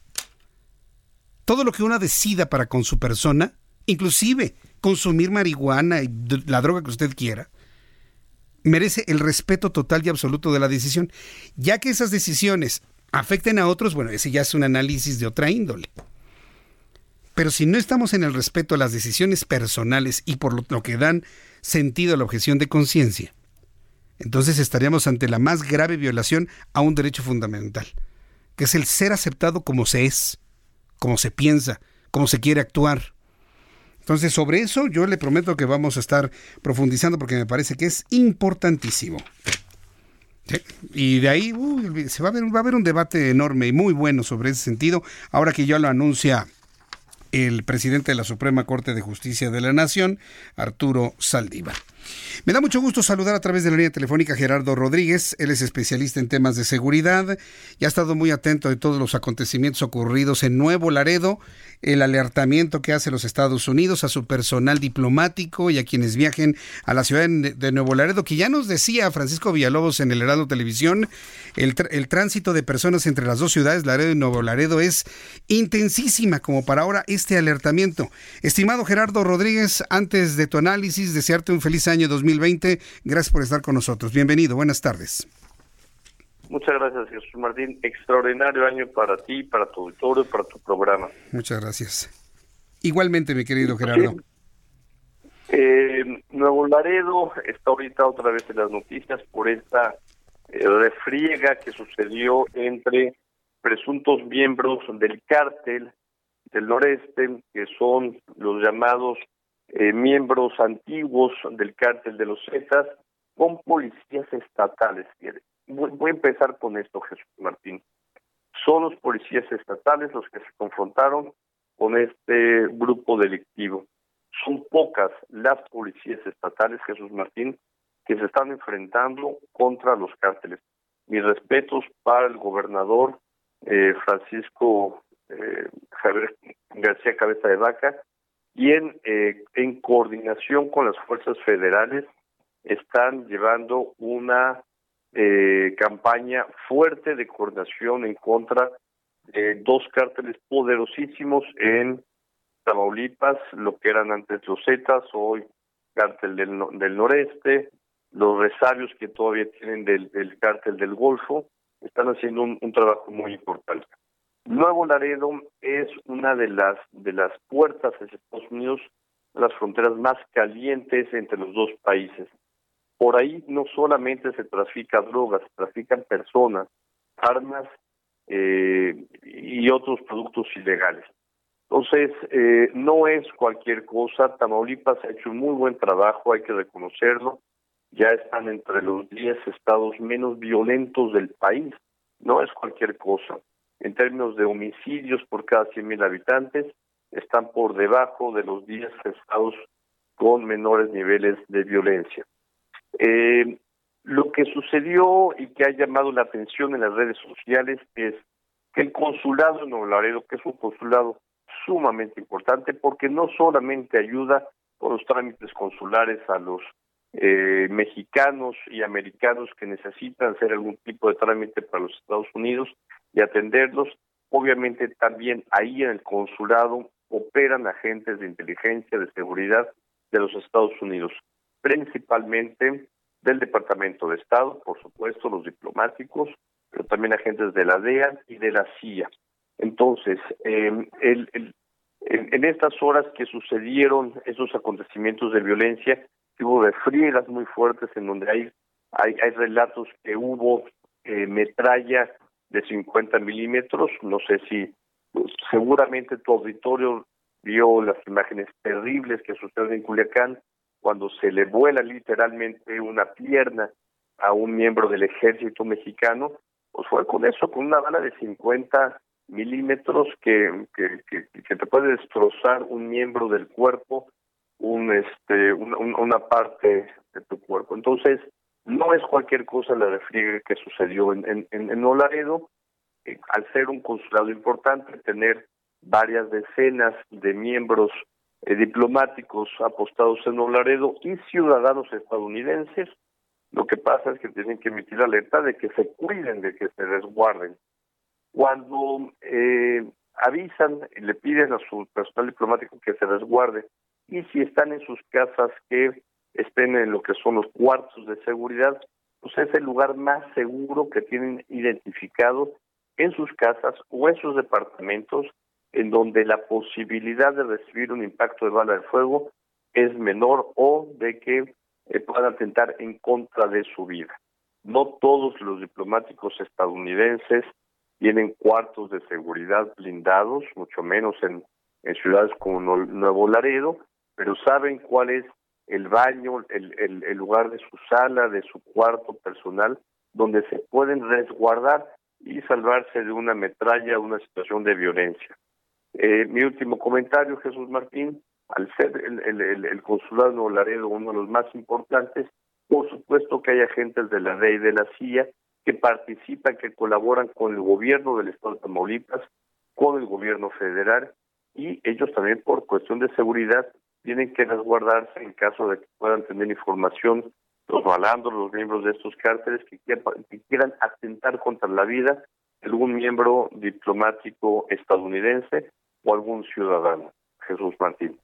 Todo lo que uno decida para con su persona, inclusive consumir marihuana y la droga que usted quiera, merece el respeto total y absoluto de la decisión. Ya que esas decisiones afecten a otros, bueno, ese ya es un análisis de otra índole. Pero si no estamos en el respeto a las decisiones personales y por lo, lo que dan sentido a la objeción de conciencia, entonces estaríamos ante la más grave violación a un derecho fundamental, que es el ser aceptado como se es, como se piensa, como se quiere actuar. Entonces, sobre eso yo le prometo que vamos a estar profundizando porque me parece que es importantísimo. ¿Sí? Y de ahí uh, se va a ver, va a haber un debate enorme y muy bueno sobre ese sentido, ahora que ya lo anuncia el presidente de la Suprema Corte de Justicia de la Nación, Arturo Saldívar. Me da mucho gusto saludar a través de la línea telefónica a Gerardo Rodríguez. Él es especialista en temas de seguridad y ha estado muy atento de todos los acontecimientos ocurridos en Nuevo Laredo, el alertamiento que hace los Estados Unidos a su personal diplomático y a quienes viajen a la ciudad de Nuevo Laredo, que ya nos decía Francisco Villalobos en el Heraldo Televisión, el, tr- el tránsito de personas entre las dos ciudades, Laredo y Nuevo Laredo, es intensísima como para ahora este alertamiento. Estimado Gerardo Rodríguez, antes de tu análisis, desearte un feliz año dos mil veinte. Gracias por estar con nosotros. Bienvenido. Buenas tardes. Muchas gracias, Jesús Martín. Extraordinario año para ti, para tu auditorio, para tu programa. Muchas gracias. Igualmente, mi querido Gerardo. Sí. Eh, Nuevo Laredo está ahorita otra vez en las noticias por esta eh, refriega que sucedió entre presuntos miembros del cártel del noreste, que son los llamados Eh, miembros antiguos del cártel de los Zetas, con policías estatales. Voy, voy a empezar con esto, Jesús Martín. Son los policías estatales los que se confrontaron con este grupo delictivo. Son pocas las policías estatales, Jesús Martín, que se están enfrentando contra los cárteles. Mis respetos para el gobernador eh, Francisco eh, Javier García Cabeza de Vaca, quien eh, en coordinación con las fuerzas federales están llevando una eh, campaña fuerte de coordinación en contra de dos cárteles poderosísimos en Tamaulipas, lo que eran antes los Zetas, hoy cártel del, del noreste, los resabios que todavía tienen del, del cártel del Golfo, están haciendo un, un trabajo muy importante. Nuevo Laredo es una de las de las puertas hacia Estados Unidos, las fronteras más calientes entre los dos países. Por ahí no solamente se trafica drogas, se trafican personas, armas eh, y otros productos ilegales. Entonces, eh, no es cualquier cosa. Tamaulipas ha hecho un muy buen trabajo, hay que reconocerlo, ya están entre los diez estados menos violentos del país. No es cualquier cosa. En términos de homicidios por cada cien mil habitantes, están por debajo de los diez estados con menores niveles de violencia. Eh, lo que sucedió y que ha llamado la atención en las redes sociales es que el consulado en Nuevo Laredo, que es un consulado sumamente importante porque no solamente ayuda con los trámites consulares a los eh, mexicanos y americanos que necesitan hacer algún tipo de trámite para los Estados Unidos y atenderlos, obviamente también ahí en el consulado operan agentes de inteligencia, de seguridad de los Estados Unidos, principalmente del Departamento de Estado, por supuesto, los diplomáticos, pero también agentes de la D E A y de la C I A. Entonces, eh, el, el, en, en estas horas que sucedieron esos acontecimientos de violencia, hubo refriegas muy fuertes en donde hay hay, hay relatos que hubo eh, metralla de cincuenta milímetros. No sé si pues, seguramente tu auditorio vio las imágenes terribles que suceden en Culiacán cuando se le vuela literalmente una pierna a un miembro del ejército mexicano. Pues fue con eso, con una bala de cincuenta milímetros que, que, que, que te puede destrozar un miembro del cuerpo, un este una, una parte de tu cuerpo. Entonces, no es cualquier cosa la refriega que sucedió en, en, en Nuevo Laredo. Eh, al ser un consulado importante, tener varias decenas de miembros eh, diplomáticos apostados en Nuevo Laredo y ciudadanos estadounidenses, lo que pasa es que tienen que emitir alerta de que se cuiden, de que se resguarden. Cuando eh, avisan y le piden a su personal diplomático que se resguarde, y si están en sus casas, que estén en lo que son los cuartos de seguridad, pues es el lugar más seguro que tienen identificado en sus casas o en sus departamentos, en donde la posibilidad de recibir un impacto de bala de fuego es menor o de que eh, puedan atentar en contra de su vida. No todos los diplomáticos estadounidenses tienen cuartos de seguridad blindados, mucho menos en, en ciudades como Nuevo Laredo, pero saben cuál es el baño, el, el, el lugar de su sala, de su cuarto personal, donde se pueden resguardar y salvarse de una metralla o una situación de violencia. Eh, mi último comentario, Jesús Martín, al ser el, el, el, el consulado de Nuevo Laredo uno de los más importantes, por supuesto que hay agentes de la D E A y de la C I A que participan, que colaboran con el gobierno del estado de Tamaulipas, con el gobierno federal, y ellos también por cuestión de seguridad tienen que resguardarse en caso de que puedan tener información los malandros, los miembros de estos cárteles que quieran, que quieran atentar contra la vida de algún miembro diplomático estadounidense o algún ciudadano. Jesús Martín.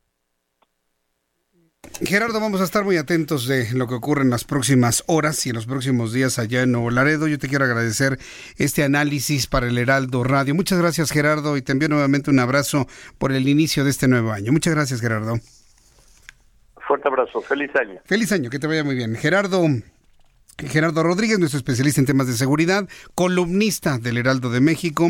Gerardo, vamos a estar muy atentos de lo que ocurre en las próximas horas y en los próximos días allá en Nuevo Laredo. Yo te quiero agradecer este análisis para el Heraldo Radio. Muchas gracias, Gerardo, y te envío nuevamente un abrazo por el inicio de este nuevo año. Muchas gracias, Gerardo. Fuerte abrazo, feliz año. Feliz año, que te vaya muy bien. Gerardo, Gerardo Rodríguez, nuestro especialista en temas de seguridad, columnista del Heraldo de México,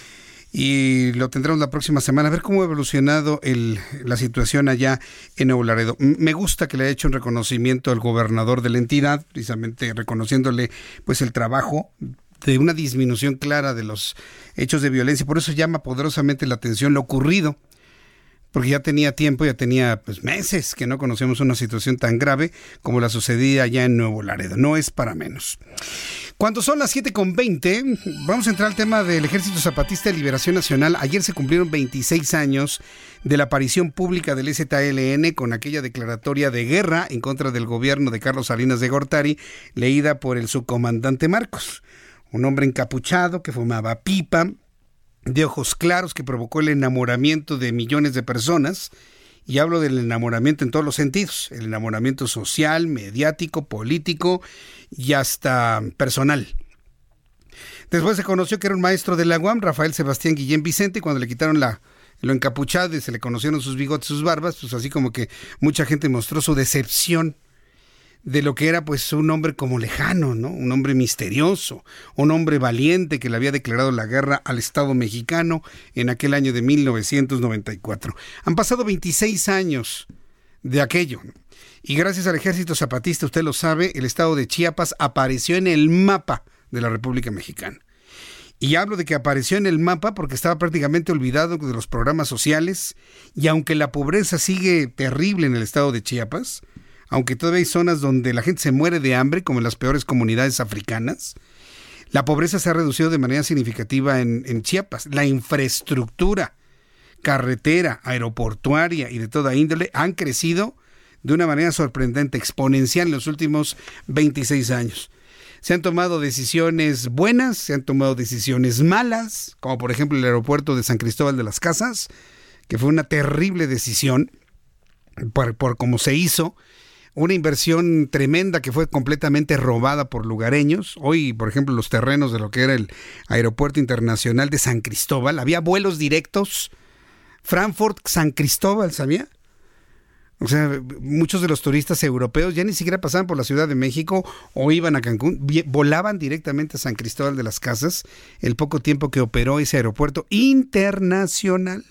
y lo tendremos la próxima semana, a ver cómo ha evolucionado el, la situación allá en Nuevo Laredo. Me gusta que le haya hecho un reconocimiento al gobernador de la entidad, precisamente reconociéndole pues el trabajo de una disminución clara de los hechos de violencia. Por eso llama poderosamente la atención lo ocurrido, porque ya tenía tiempo, ya tenía pues meses que no conocemos una situación tan grave como la sucedida allá en Nuevo Laredo. No es para menos. Cuando son las siete con veinte, vamos a entrar al tema del Ejército Zapatista de Liberación Nacional. Ayer se cumplieron veintiséis años de la aparición pública del E Z L N con aquella declaratoria de guerra en contra del gobierno de Carlos Salinas de Gortari, leída por el subcomandante Marcos, un hombre encapuchado que fumaba pipa, de ojos claros, que provocó el enamoramiento de millones de personas. Y hablo del enamoramiento en todos los sentidos, el enamoramiento social, mediático, político y hasta personal. Después se conoció que era un maestro de la U A M, Rafael Sebastián Guillén Vicente, y cuando le quitaron la, lo encapuchado y se le conocieron sus bigotes, sus barbas, pues así como que mucha gente mostró su decepción de lo que era pues un hombre como lejano, ¿no? Un hombre misterioso, un hombre valiente que le había declarado la guerra al Estado mexicano en aquel año de mil novecientos noventa y cuatro. Han pasado veintiséis años de aquello. Y gracias al Ejército Zapatista, usted lo sabe, el estado de Chiapas apareció en el mapa de la República Mexicana. Y hablo de que apareció en el mapa porque estaba prácticamente olvidado de los programas sociales, y aunque la pobreza sigue terrible en el estado de Chiapas, aunque todavía hay zonas donde la gente se muere de hambre, como en las peores comunidades africanas, la pobreza se ha reducido de manera significativa en, en Chiapas. La infraestructura carretera, aeroportuaria y de toda índole han crecido de una manera sorprendente, exponencial en los últimos veintiséis años. Se han tomado decisiones buenas, se han tomado decisiones malas, como por ejemplo el aeropuerto de San Cristóbal de las Casas, que fue una terrible decisión por, por cómo se hizo, una inversión tremenda que fue completamente robada por lugareños. Hoy, por ejemplo, los terrenos de lo que era el aeropuerto internacional de San Cristóbal, había vuelos directos Frankfurt-San Cristóbal, ¿sabía? O sea, muchos de los turistas europeos ya ni siquiera pasaban por la Ciudad de México o iban a Cancún, volaban directamente a San Cristóbal de las Casas el poco tiempo que operó ese aeropuerto internacional.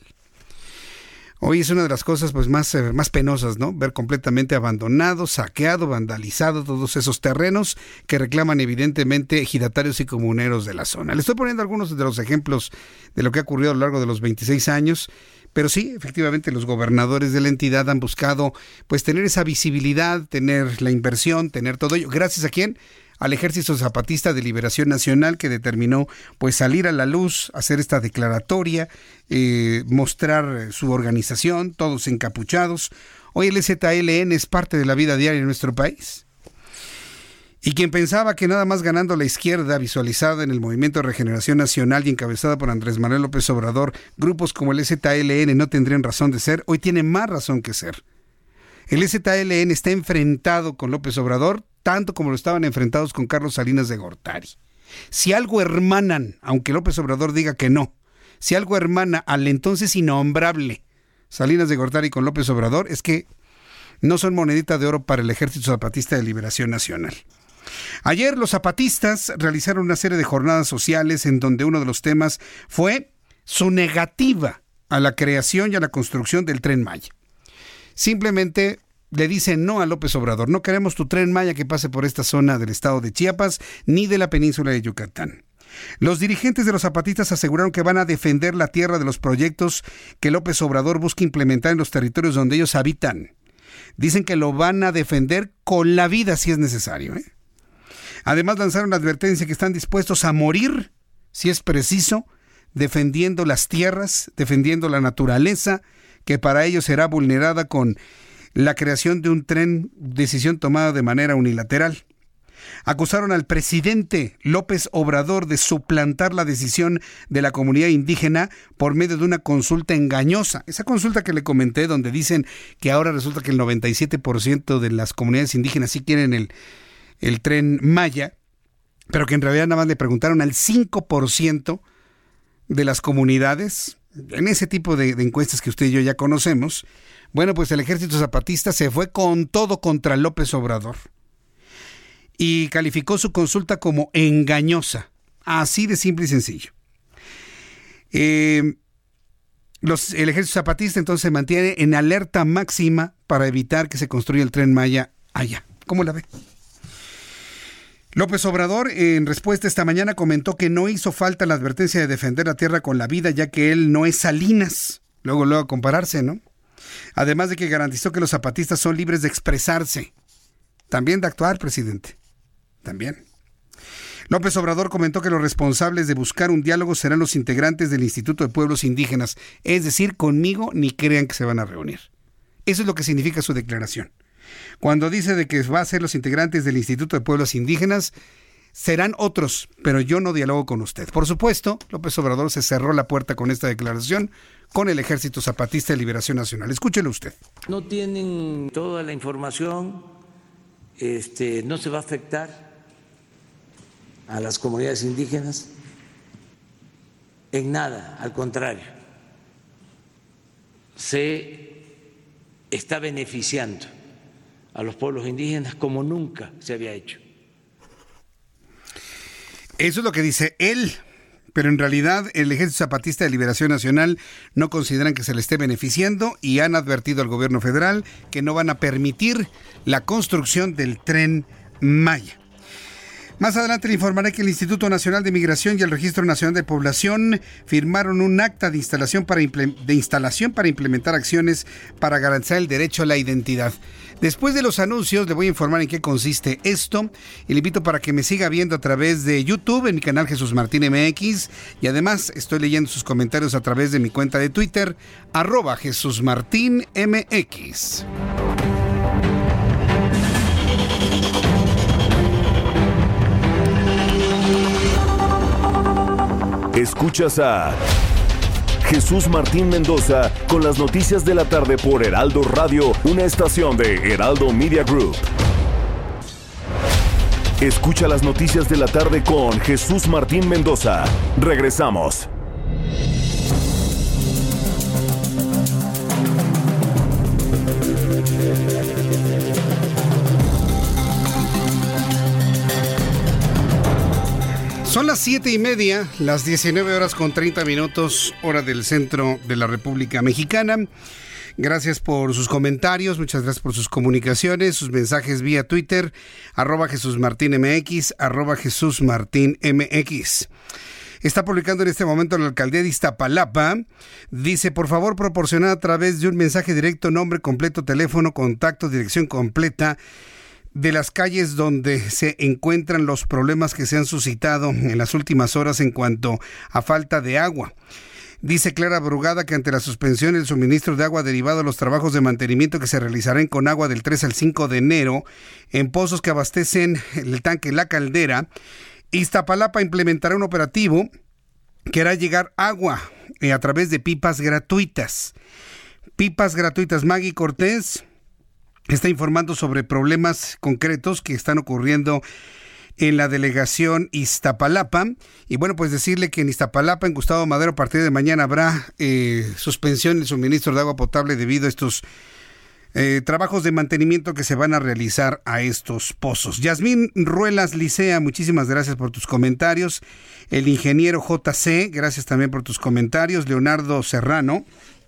Hoy es una de las cosas pues más, eh, más penosas, ¿no? Ver completamente abandonado, saqueado, vandalizado todos esos terrenos que reclaman evidentemente ejidatarios y comuneros de la zona. Le estoy poniendo algunos de los ejemplos de lo que ha ocurrido a lo largo de los veintiséis años. Pero sí, efectivamente, los gobernadores de la entidad han buscado pues tener esa visibilidad, tener la inversión, tener todo ello. ¿Gracias a quién? Al Ejército Zapatista de Liberación Nacional, que determinó pues salir a la luz, hacer esta declaratoria, eh, mostrar su organización, todos encapuchados. Hoy el E Z L N es parte de la vida diaria en nuestro país. Y quien pensaba que nada más ganando la izquierda, visualizada en el Movimiento de Regeneración Nacional y encabezada por Andrés Manuel López Obrador, grupos como el E Z L N no tendrían razón de ser, hoy tienen más razón que ser. El E Z L N está enfrentado con López Obrador, tanto como lo estaban enfrentados con Carlos Salinas de Gortari. Si algo hermanan, aunque López Obrador diga que no, si algo hermana al entonces innombrable Salinas de Gortari con López Obrador, es que no son monedita de oro para el Ejército Zapatista de Liberación Nacional. Ayer los zapatistas realizaron una serie de jornadas sociales en donde uno de los temas fue su negativa a la creación y a la construcción del Tren Maya. Simplemente le dicen no a López Obrador. No queremos tu Tren Maya que pase por esta zona del estado de Chiapas ni de la península de Yucatán. Los dirigentes de los zapatistas aseguraron que van a defender la tierra de los proyectos que López Obrador busca implementar en los territorios donde ellos habitan. Dicen que lo van a defender con la vida si es necesario, ¿eh? Además lanzaron la advertencia que están dispuestos a morir, si es preciso, defendiendo las tierras, defendiendo la naturaleza, que para ellos será vulnerada con la creación de un tren, decisión tomada de manera unilateral. Acusaron al presidente López Obrador de suplantar la decisión de la comunidad indígena por medio de una consulta engañosa. Esa consulta que le comenté, donde dicen que ahora resulta que el noventa y siete por ciento de las comunidades indígenas sí quieren el el Tren Maya, pero que en realidad nada más le preguntaron al cinco por ciento de las comunidades, en ese tipo de, de encuestas que usted y yo ya conocemos. Bueno, pues el Ejército Zapatista se fue con todo contra López Obrador y calificó su consulta como engañosa, así de simple y sencillo. Eh, los, el Ejército Zapatista entonces se mantiene en alerta máxima para evitar que se construya el Tren Maya allá. ¿Cómo la ve? López Obrador, en respuesta esta mañana, comentó que no hizo falta la advertencia de defender la tierra con la vida, ya que él no es Salinas. Luego, luego compararse, ¿no? Además de que garantizó que los zapatistas son libres de expresarse. También de actuar, presidente. También. López Obrador comentó que los responsables de buscar un diálogo serán los integrantes del Instituto de Pueblos Indígenas. Es decir, conmigo ni crean que se van a reunir. Eso es lo que significa su declaración. Cuando dice de que va a ser los integrantes del Instituto de Pueblos Indígenas, serán otros, pero yo no dialogo con usted. Por supuesto, López Obrador se cerró la puerta con esta declaración con el Ejército Zapatista de Liberación Nacional. Escúchelo usted. No tienen toda la información, este, no se va a afectar a las comunidades indígenas en nada, al contrario, se está beneficiando a los pueblos indígenas como nunca se había hecho. Eso es lo que dice él, pero en realidad el Ejército Zapatista de Liberación Nacional no consideran que se le esté beneficiando y han advertido al gobierno federal que no van a permitir la construcción del Tren Maya. Más adelante le informaré que el Instituto Nacional de Migración y el Registro Nacional de Población firmaron un acta de instalación para, imple- de instalación para implementar acciones para garantizar el derecho a la identidad. Después de los anuncios le voy a informar en qué consiste esto y le invito para que me siga viendo a través de YouTube en mi canal Jesús Martín M X y además estoy leyendo sus comentarios a través de mi cuenta de Twitter, arroba Jesús Martín M X. Escuchas a Jesús Martín Mendoza con las noticias de la tarde por Heraldo Radio, una estación de Heraldo Media Group. Escucha las noticias de la tarde con Jesús Martín Mendoza. Regresamos. Son las siete y media, las diecinueve horas con treinta minutos, hora del centro de la República Mexicana. Gracias por sus comentarios, muchas gracias por sus comunicaciones, sus mensajes vía Twitter, arroba Jesús Martín M X, arroba Jesús Martín M X. Está publicando en este momento la alcaldía de Iztapalapa. Dice, por favor, proporcionar a través de un mensaje directo nombre completo, teléfono, contacto, dirección completa de las calles donde se encuentran los problemas que se han suscitado en las últimas horas en cuanto a falta de agua. Dice Clara Brugada que ante la suspensión del suministro de agua derivado de los trabajos de mantenimiento que se realizarán con agua del tres al cinco de enero en pozos que abastecen el tanque La Caldera, Iztapalapa implementará un operativo que hará llegar agua a través de pipas gratuitas. Pipas gratuitas. Maggie Cortés está informando sobre problemas concretos que están ocurriendo en la delegación Iztapalapa. Y bueno, pues decirle que en Iztapalapa, en Gustavo Madero, a partir de mañana habrá eh, suspensión del suministro de agua potable debido a estos eh, trabajos de mantenimiento que se van a realizar a estos pozos. Yasmín Ruelas Licea, muchísimas gracias por tus comentarios. El ingeniero J C, gracias también por tus comentarios. Leonardo Serrano.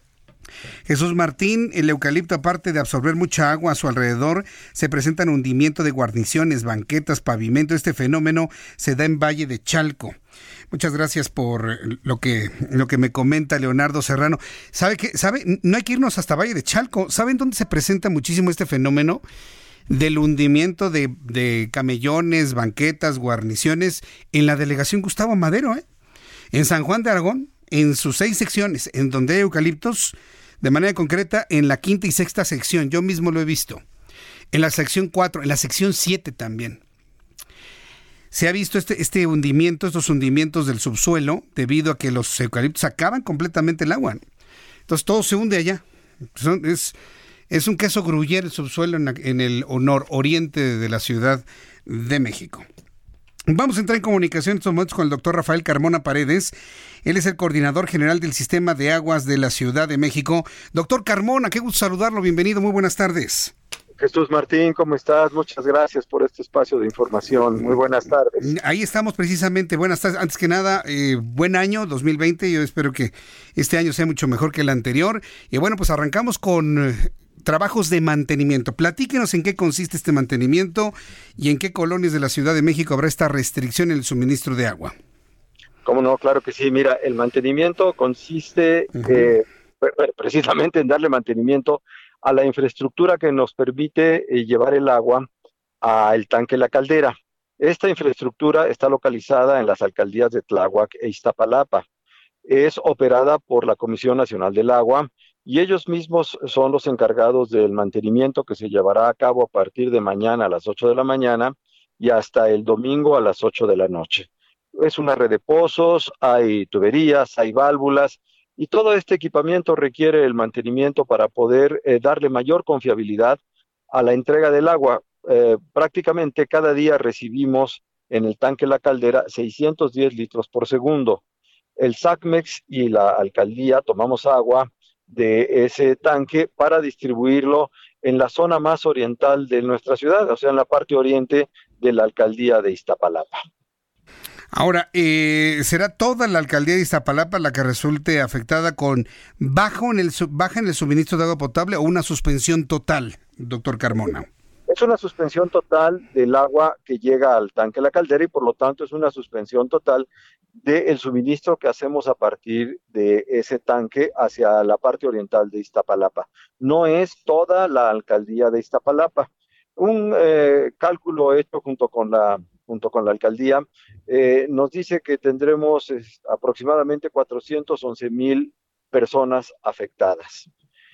Jesús Martín, el eucalipto, aparte de absorber mucha agua a su alrededor, se presentan hundimiento de guarniciones, banquetas, pavimento. Este fenómeno se da en Valle de Chalco. Muchas gracias por lo que, lo que me comenta Leonardo Serrano. ¿Sabe qué? ¿Sabe? No hay que irnos hasta Valle de Chalco. ¿Saben dónde se presenta muchísimo este fenómeno del hundimiento de, de camellones, banquetas, guarniciones? En la delegación Gustavo Madero, ¿eh? En San Juan de Aragón, en sus seis secciones, en donde hay eucaliptos, de manera concreta, en la quinta y sexta sección. Yo mismo lo he visto. En la sección cuatro, en la sección siete también. Se ha visto este, este hundimiento, estos hundimientos del subsuelo, debido a que los eucaliptos acaban completamente el agua, ¿no? Entonces todo se hunde allá. Son, es, es un queso gruyere el subsuelo en, la, en el nororiente de la Ciudad de México. Vamos a entrar en comunicación en estos momentos con el doctor Rafael Carmona Paredes. Él es el coordinador general del Sistema de Aguas de la Ciudad de México. Doctor Carmona, qué gusto saludarlo. Bienvenido, muy buenas tardes. Jesús Martín, ¿cómo estás? Muchas gracias por este espacio de información. Muy buenas tardes. Ahí estamos precisamente. Buenas tardes. Antes que nada, eh, buen año dos mil veinte. Yo espero que este año sea mucho mejor que el anterior. Y bueno, pues arrancamos con Eh, trabajos de mantenimiento. Platíquenos en qué consiste este mantenimiento y en qué colonias de la Ciudad de México habrá esta restricción en el suministro de agua. ¿Cómo no? Claro que sí. Mira, el mantenimiento consiste uh-huh. eh, precisamente en darle mantenimiento a la infraestructura que nos permite eh, llevar el agua al tanque La Caldera. Esta infraestructura está localizada en las alcaldías de Tláhuac e Iztapalapa. Es operada por la Comisión Nacional del Agua y ellos mismos son los encargados del mantenimiento que se llevará a cabo a partir de mañana a las ocho de la mañana y hasta el domingo a las ocho de la noche. Es una red de pozos, hay tuberías, hay válvulas y todo este equipamiento requiere el mantenimiento para poder eh, darle mayor confiabilidad a la entrega del agua. Eh, prácticamente cada día recibimos en el tanque La Caldera seiscientos diez litros por segundo. El SACMEX y la alcaldía tomamos agua de ese tanque para distribuirlo en la zona más oriental de nuestra ciudad, o sea, en la parte oriente de la alcaldía de Iztapalapa. Ahora, eh, ¿será toda la alcaldía de Iztapalapa la que resulte afectada con bajo en el, baja en el suministro de agua potable o una suspensión total, doctor Carmona? Es una suspensión total del agua que llega al tanque de la caldera y por lo tanto es una suspensión total del suministro que hacemos a partir de ese tanque hacia la parte oriental de Iztapalapa. No es toda la alcaldía de Iztapalapa. Un eh, cálculo hecho junto con la, junto con la alcaldía eh, nos dice que tendremos eh, aproximadamente cuatrocientas once mil personas afectadas.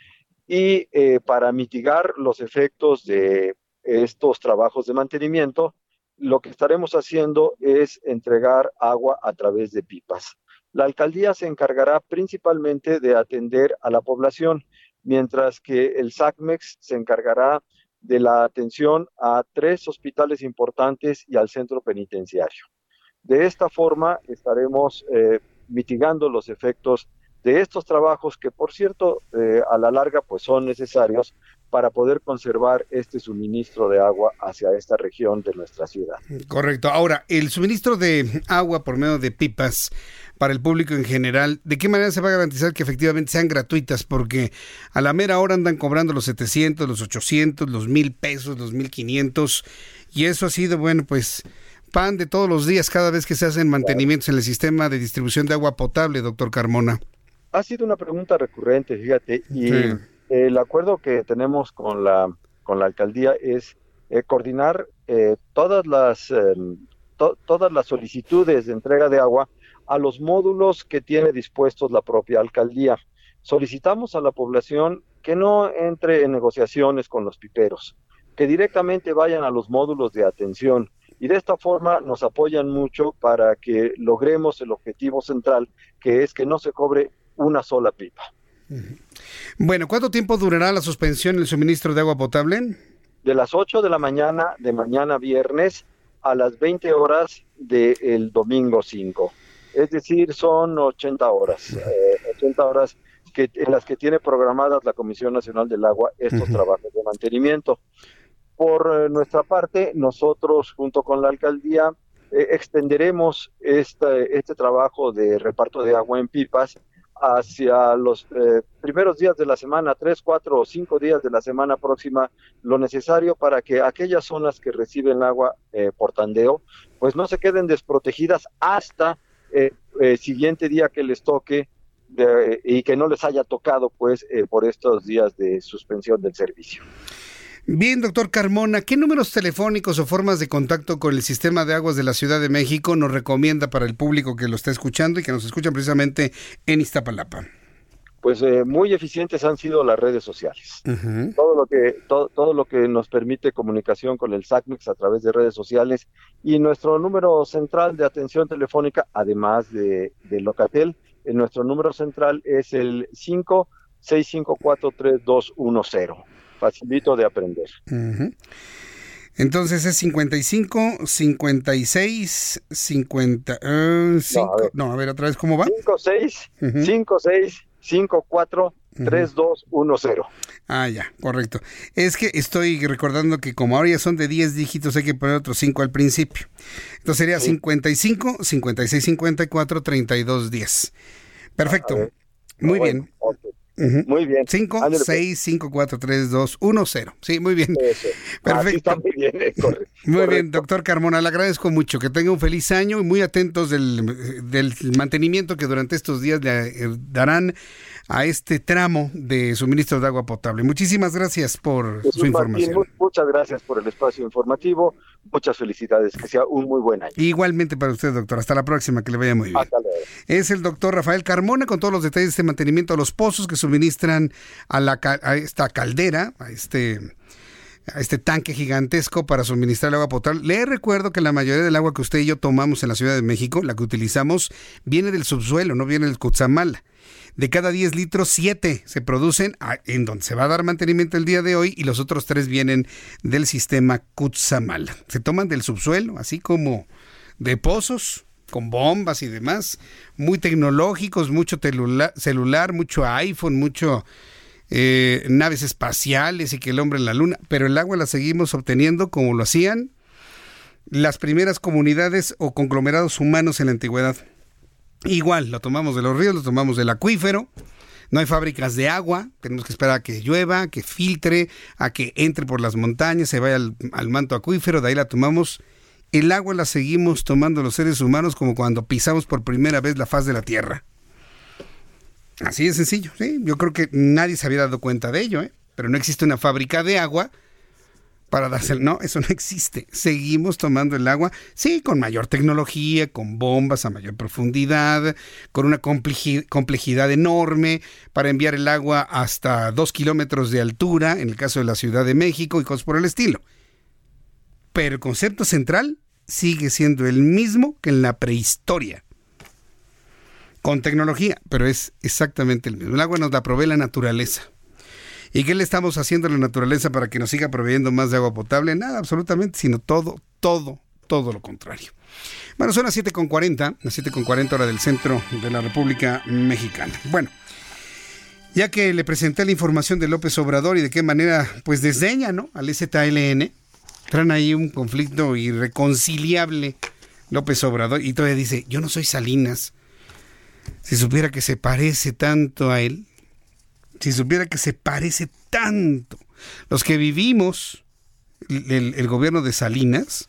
Y eh, para mitigar los efectos de estos trabajos de mantenimiento, lo que estaremos haciendo es entregar agua a través de pipas. La alcaldía se encargará principalmente de atender a la población, mientras que el SACMEX se encargará de la atención a tres hospitales importantes y al centro penitenciario. De esta forma estaremos eh, mitigando los efectos de estos trabajos que, por cierto, eh, a la larga pues son necesarios para poder conservar este suministro de agua hacia esta región de nuestra ciudad. Correcto. Ahora, el suministro de agua por medio de pipas para el público en general, ¿de qué manera se va a garantizar que efectivamente sean gratuitas? Porque a la mera hora andan cobrando los setecientos, los ochocientos, los mil pesos, los mil quinientos, y eso ha sido, bueno, pues pan de todos los días cada vez que se hacen mantenimientos en el sistema de distribución de agua potable, doctor Carmona. Ha sido una pregunta recurrente, fíjate, y sí. El acuerdo que tenemos con la con la alcaldía es eh, coordinar eh, todas las eh, to, todas las solicitudes de entrega de agua a los módulos que tiene dispuestos la propia alcaldía. Solicitamos a la población que no entre en negociaciones con los piperos, que directamente vayan a los módulos de atención y de esta forma nos apoyan mucho para que logremos el objetivo central, que es que no se cobre una sola pipa. Bueno, ¿cuánto tiempo durará la suspensión del suministro de agua potable? De las ocho de la mañana de mañana viernes a las veinte horas del domingo cinco. Es decir, son ochenta horas, eh, ochenta horas que, en las que tiene programadas la Comisión Nacional del Agua estos uh-huh. trabajos de mantenimiento. Por eh, nuestra parte, nosotros junto con la alcaldía eh, extenderemos este, este trabajo de reparto de agua en pipas hacia los eh, primeros días de la semana, tres, cuatro o cinco días de la semana próxima, lo necesario para que aquellas zonas que reciben agua eh, por tandeo, pues no se queden desprotegidas hasta el eh, eh, siguiente día que les toque de, eh, y que no les haya tocado pues eh, por estos días de suspensión del servicio. Bien, doctor Carmona, ¿qué números telefónicos o formas de contacto con el sistema de aguas de la Ciudad de México nos recomienda para el público que lo está escuchando y que nos escuchan precisamente en Iztapalapa? Pues eh, muy eficientes han sido las redes sociales. Uh-huh. Todo lo que todo, todo lo que nos permite comunicación con el SACMEX a través de redes sociales y nuestro número central de atención telefónica, además de, de Locatel, eh, nuestro número central es el cinco seis cinco cuatro tres dos uno cero. Facilito de aprender. Uh-huh. Entonces es cincuenta y cinco, cincuenta y seis, cincuenta, uh, cinco, no, a ver, no, a ver otra vez cómo va. cinco seis, uh-huh. cinco seis, cinco cuatro, tres dos uno cero. Ah, ya, correcto. Es que estoy recordando que como ahora ya son de diez dígitos, hay que poner otros cinco al principio. Entonces sería sí. cincuenta y cinco, cincuenta y seis, cincuenta y cuatro, treinta y dos, diez. Perfecto. Ah, muy no, bien. Bueno, okay. Uh-huh. Muy bien. cinco seis cinco cuatro tres dos uno cero. Sí, muy bien. Eso. Perfecto. Ah, sí, muy bien, eh, corre, muy correcto. bien, doctor Carmona, le agradezco mucho. Que tenga un feliz año y muy atentos del, del mantenimiento que durante estos días le darán a este tramo de suministro de agua potable. Muchísimas gracias por Jesús su información. Martín, muchas gracias por el espacio informativo. Muchas felicidades. Que sea un muy buen año. Igualmente para usted, doctor. Hasta la próxima. Que le vaya muy bien. Hasta luego. Es el doctor Rafael Carmona con todos los detalles de este mantenimiento a los pozos que suministran a, la, a esta caldera, a este... a este tanque gigantesco para suministrar el agua potable. Le recuerdo que la mayoría del agua que usted y yo tomamos en la Ciudad de México, la que utilizamos, viene del subsuelo, no viene del Cutzamala. De cada diez litros, siete se producen en donde se va a dar mantenimiento el día de hoy y los otros tres vienen del sistema Cutzamala. Se toman del subsuelo, así como de pozos, con bombas y demás, muy tecnológicos, mucho telula- celular, mucho iPhone, mucho... Eh, naves espaciales y que el hombre en la luna, pero el agua la seguimos obteniendo como lo hacían las primeras comunidades o conglomerados humanos en la antigüedad. Igual, lo tomamos de los ríos, lo tomamos del acuífero. No hay fábricas de agua, tenemos que esperar a que llueva, que filtre, a que entre por las montañas, se vaya al, al manto acuífero, de ahí la tomamos. El agua la seguimos tomando los seres humanos como cuando pisamos por primera vez la faz de la tierra. Así de sencillo, ¿sí? Yo creo que nadie se había dado cuenta de ello, ¿eh? Pero no existe una fábrica de agua para darse... No, eso no existe. Seguimos tomando el agua, sí, con mayor tecnología, con bombas a mayor profundidad, con una complejidad enorme para enviar el agua hasta dos kilómetros de altura, en el caso de la Ciudad de México y cosas por el estilo. Pero el concepto central sigue siendo el mismo que en la prehistoria. Con tecnología, pero es exactamente el mismo. El agua nos la provee la naturaleza. ¿Y qué le estamos haciendo a la naturaleza para que nos siga proveyendo más de agua potable? Nada, absolutamente, sino todo, todo, todo lo contrario. Bueno, son las siete con cuarenta, las siete con cuarenta hora del centro de la República Mexicana. Bueno, ya que le presenté la información de López Obrador y de qué manera, pues desdeña, ¿no?, al Z L N, traen ahí un conflicto irreconciliable López Obrador, y todavía dice, yo no soy Salinas. Si supiera que se parece tanto a él, si supiera que se parece tanto, los que vivimos el, el gobierno de Salinas,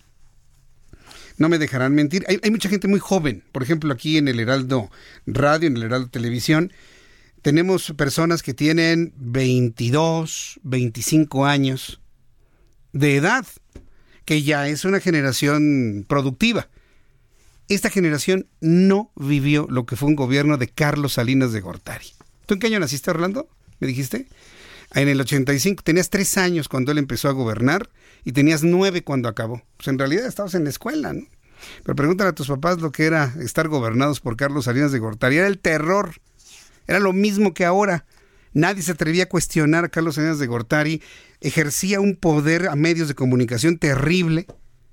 no me dejarán mentir. Hay, hay mucha gente muy joven, por ejemplo, aquí en el Heraldo Radio, en el Heraldo Televisión, tenemos personas que tienen veintidós, veinticinco años de edad, que ya es una generación productiva. Esta generación no vivió lo que fue un gobierno de Carlos Salinas de Gortari. ¿Tú en qué año naciste, Orlando? ¿Me dijiste? En el ochenta y cinco. Tenías tres años cuando él empezó a gobernar y tenías nueve cuando acabó. Pues en realidad estabas en la escuela, ¿no? Pero pregúntale a tus papás lo que era estar gobernados por Carlos Salinas de Gortari. Era el terror. Era lo mismo que ahora. Nadie se atrevía a cuestionar a Carlos Salinas de Gortari. Ejercía un poder a medios de comunicación terrible.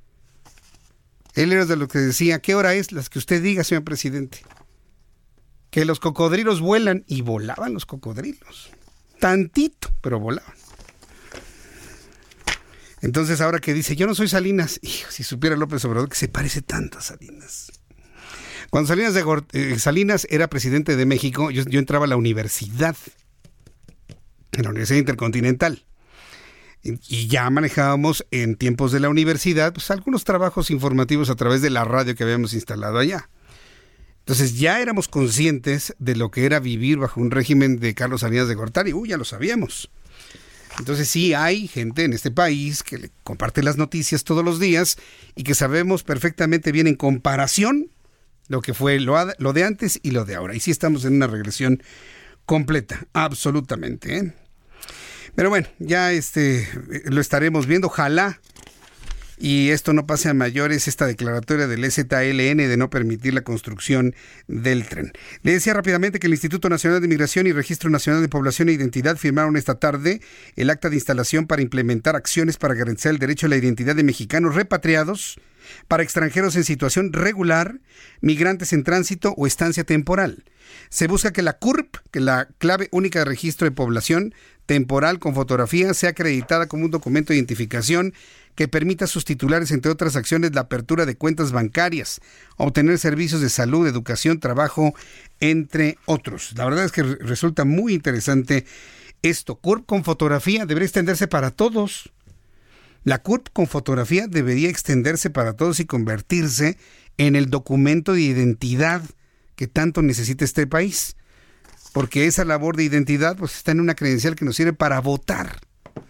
Él era de los que decía, ¿qué hora es? Las que usted diga, señor presidente. Que los cocodrilos vuelan, y volaban los cocodrilos. Tantito, pero volaban. Entonces ahora que dice, yo no soy Salinas, hijo, si supiera López Obrador que se parece tanto a Salinas. Cuando Salinas, de Gort- eh, Salinas era presidente de México, yo, yo entraba a la universidad, en la Universidad Intercontinental. Y ya manejábamos en tiempos de la universidad pues algunos trabajos informativos a través de la radio que habíamos instalado allá. Entonces ya éramos conscientes de lo que era vivir bajo un régimen de Carlos Salinas de Gortari. Uy, ya lo sabíamos. Entonces sí hay gente en este país que le comparte las noticias todos los días y que sabemos perfectamente bien en comparación lo que fue lo, lo de antes y lo de ahora. Y sí estamos en una regresión completa, absolutamente, ¿eh? Pero bueno, ya este lo estaremos viendo, ojalá y esto no pase a mayores, esta declaratoria del Z L N de no permitir la construcción del tren. Le decía rápidamente que el Instituto Nacional de Migración y Registro Nacional de Población e Identidad firmaron esta tarde el acta de instalación para implementar acciones para garantizar el derecho a la identidad de mexicanos repatriados, para extranjeros en situación regular, migrantes en tránsito o estancia temporal. Se busca que la C U R P, que la clave única de registro de población temporal con fotografía, sea acreditada como un documento de identificación que permita a sus titulares, entre otras acciones, la apertura de cuentas bancarias, obtener servicios de salud, educación, trabajo, entre otros. La verdad es que resulta muy interesante esto. C U R P con fotografía debería extenderse para todos. La C U R P con fotografía debería extenderse para todos y convertirse en el documento de identidad que tanto necesita este país, porque esa labor de identidad pues está en una credencial que nos sirve para votar.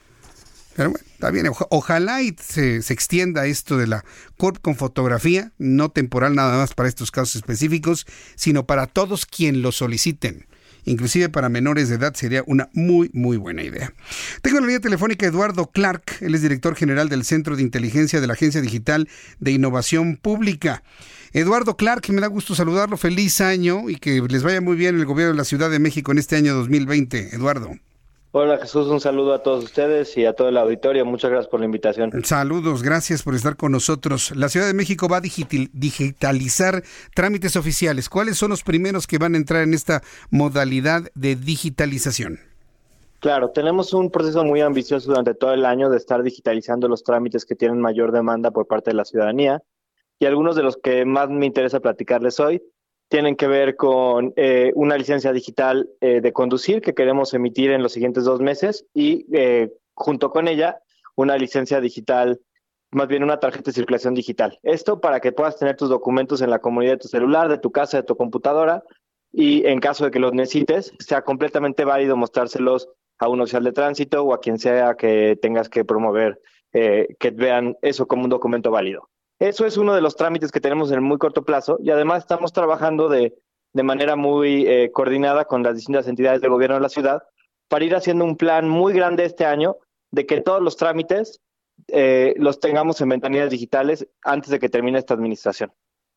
Pero bueno, está bien, o- ojalá y se, se extienda esto de la C U R P con fotografía, no temporal nada más para estos casos específicos, sino para todos quien lo soliciten. Inclusive para menores de edad sería una muy, muy buena idea. Tengo en la línea telefónica a Eduardo Clark, él es director general del Centro de Inteligencia de la Agencia Digital de Innovación Pública. Eduardo Clark, me da gusto saludarlo, feliz año y que les vaya muy bien el gobierno de la Ciudad de México en este año dos mil veinte. Eduardo. Hola Jesús, un saludo a todos ustedes y a todo el auditorio, muchas gracias por la invitación. Saludos, gracias por estar con nosotros. La Ciudad de México va a digital, digitalizar trámites oficiales. ¿Cuáles son los primeros que van a entrar en esta modalidad de digitalización? Claro, tenemos un proceso muy ambicioso durante todo el año de estar digitalizando los trámites que tienen mayor demanda por parte de la ciudadanía, y algunos de los que más me interesa platicarles hoy tienen que ver con eh, una licencia digital eh, de conducir que queremos emitir en los siguientes dos meses y eh, junto con ella una licencia digital, más bien una tarjeta de circulación digital. Esto para que puedas tener tus documentos en la comodidad de tu celular, de tu casa, de tu computadora, y en caso de que los necesites, sea completamente válido mostrárselos a un oficial de tránsito o a quien sea que tengas que promover, eh, que vean eso como un documento válido. Eso es uno de los trámites que tenemos en el muy corto plazo, y además estamos trabajando de, de manera muy eh, coordinada con las distintas entidades del gobierno de la ciudad para ir haciendo un plan muy grande este año de que todos los trámites eh, los tengamos en ventanillas digitales antes de que termine esta administración.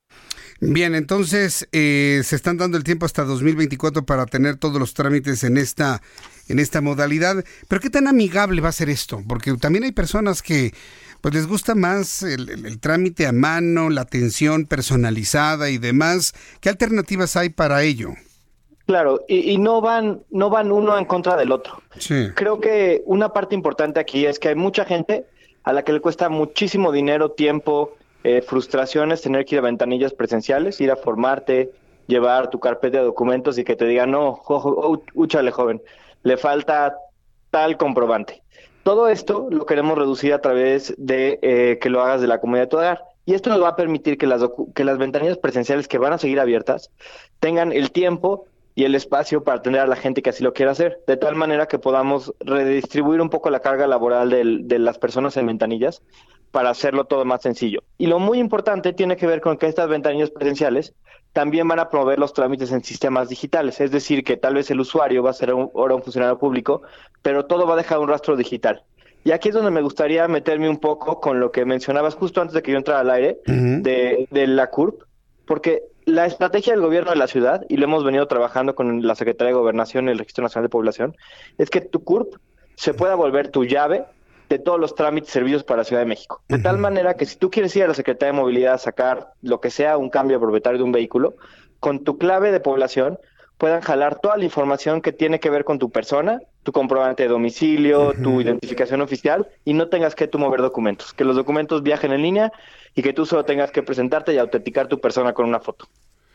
Bien, entonces eh, se están dando el tiempo hasta dos mil veinticuatro para tener todos los trámites en esta, en esta modalidad. Pero ¿qué tan amigable va a ser esto? Porque también hay personas que pues les gusta más el, el, el trámite a mano, la atención personalizada y demás. ¿Qué alternativas hay para ello? Claro, y, y no van, no van uno en contra del otro. Sí. Creo que una parte importante aquí es que hay mucha gente a la que le cuesta muchísimo dinero, tiempo, eh, frustraciones tener que ir a ventanillas presenciales, ir a formarte, llevar tu carpeta de documentos y que te digan, no, ojo, úchale joven, le falta tal comprobante. Todo esto lo queremos reducir a través de eh, que lo hagas de la comodidad de tu hogar. Y esto nos va a permitir que las, docu- que las ventanillas presenciales que van a seguir abiertas tengan el tiempo y el espacio para atender a la gente que así lo quiera hacer, de tal manera que podamos redistribuir un poco la carga laboral del, de las personas en ventanillas para hacerlo todo más sencillo. Y lo muy importante tiene que ver con que estas ventanillas presenciales también van a promover los trámites en sistemas digitales, es decir, que tal vez el usuario va a ser un, ahora un funcionario público, pero todo va a dejar un rastro digital. Y aquí es donde me gustaría meterme un poco con lo que mencionabas justo antes de que yo entrara al aire, uh-huh. de, de la C U R P, porque la estrategia del gobierno de la ciudad, y lo hemos venido trabajando con la Secretaría de Gobernación y el Registro Nacional de Población, es que tu C U R P se pueda volver tu llave de todos los trámites y servicios para la Ciudad de México. De uh-huh. tal manera que si tú quieres ir a la Secretaría de Movilidad a sacar lo que sea un cambio de propietario de un vehículo, con tu clave de población puedan jalar toda la información que tiene que ver con tu persona, tu comprobante de domicilio, uh-huh. tu identificación oficial, y no tengas que tú mover documentos, que los documentos viajen en línea y que tú solo tengas que presentarte y autenticar tu persona con una foto.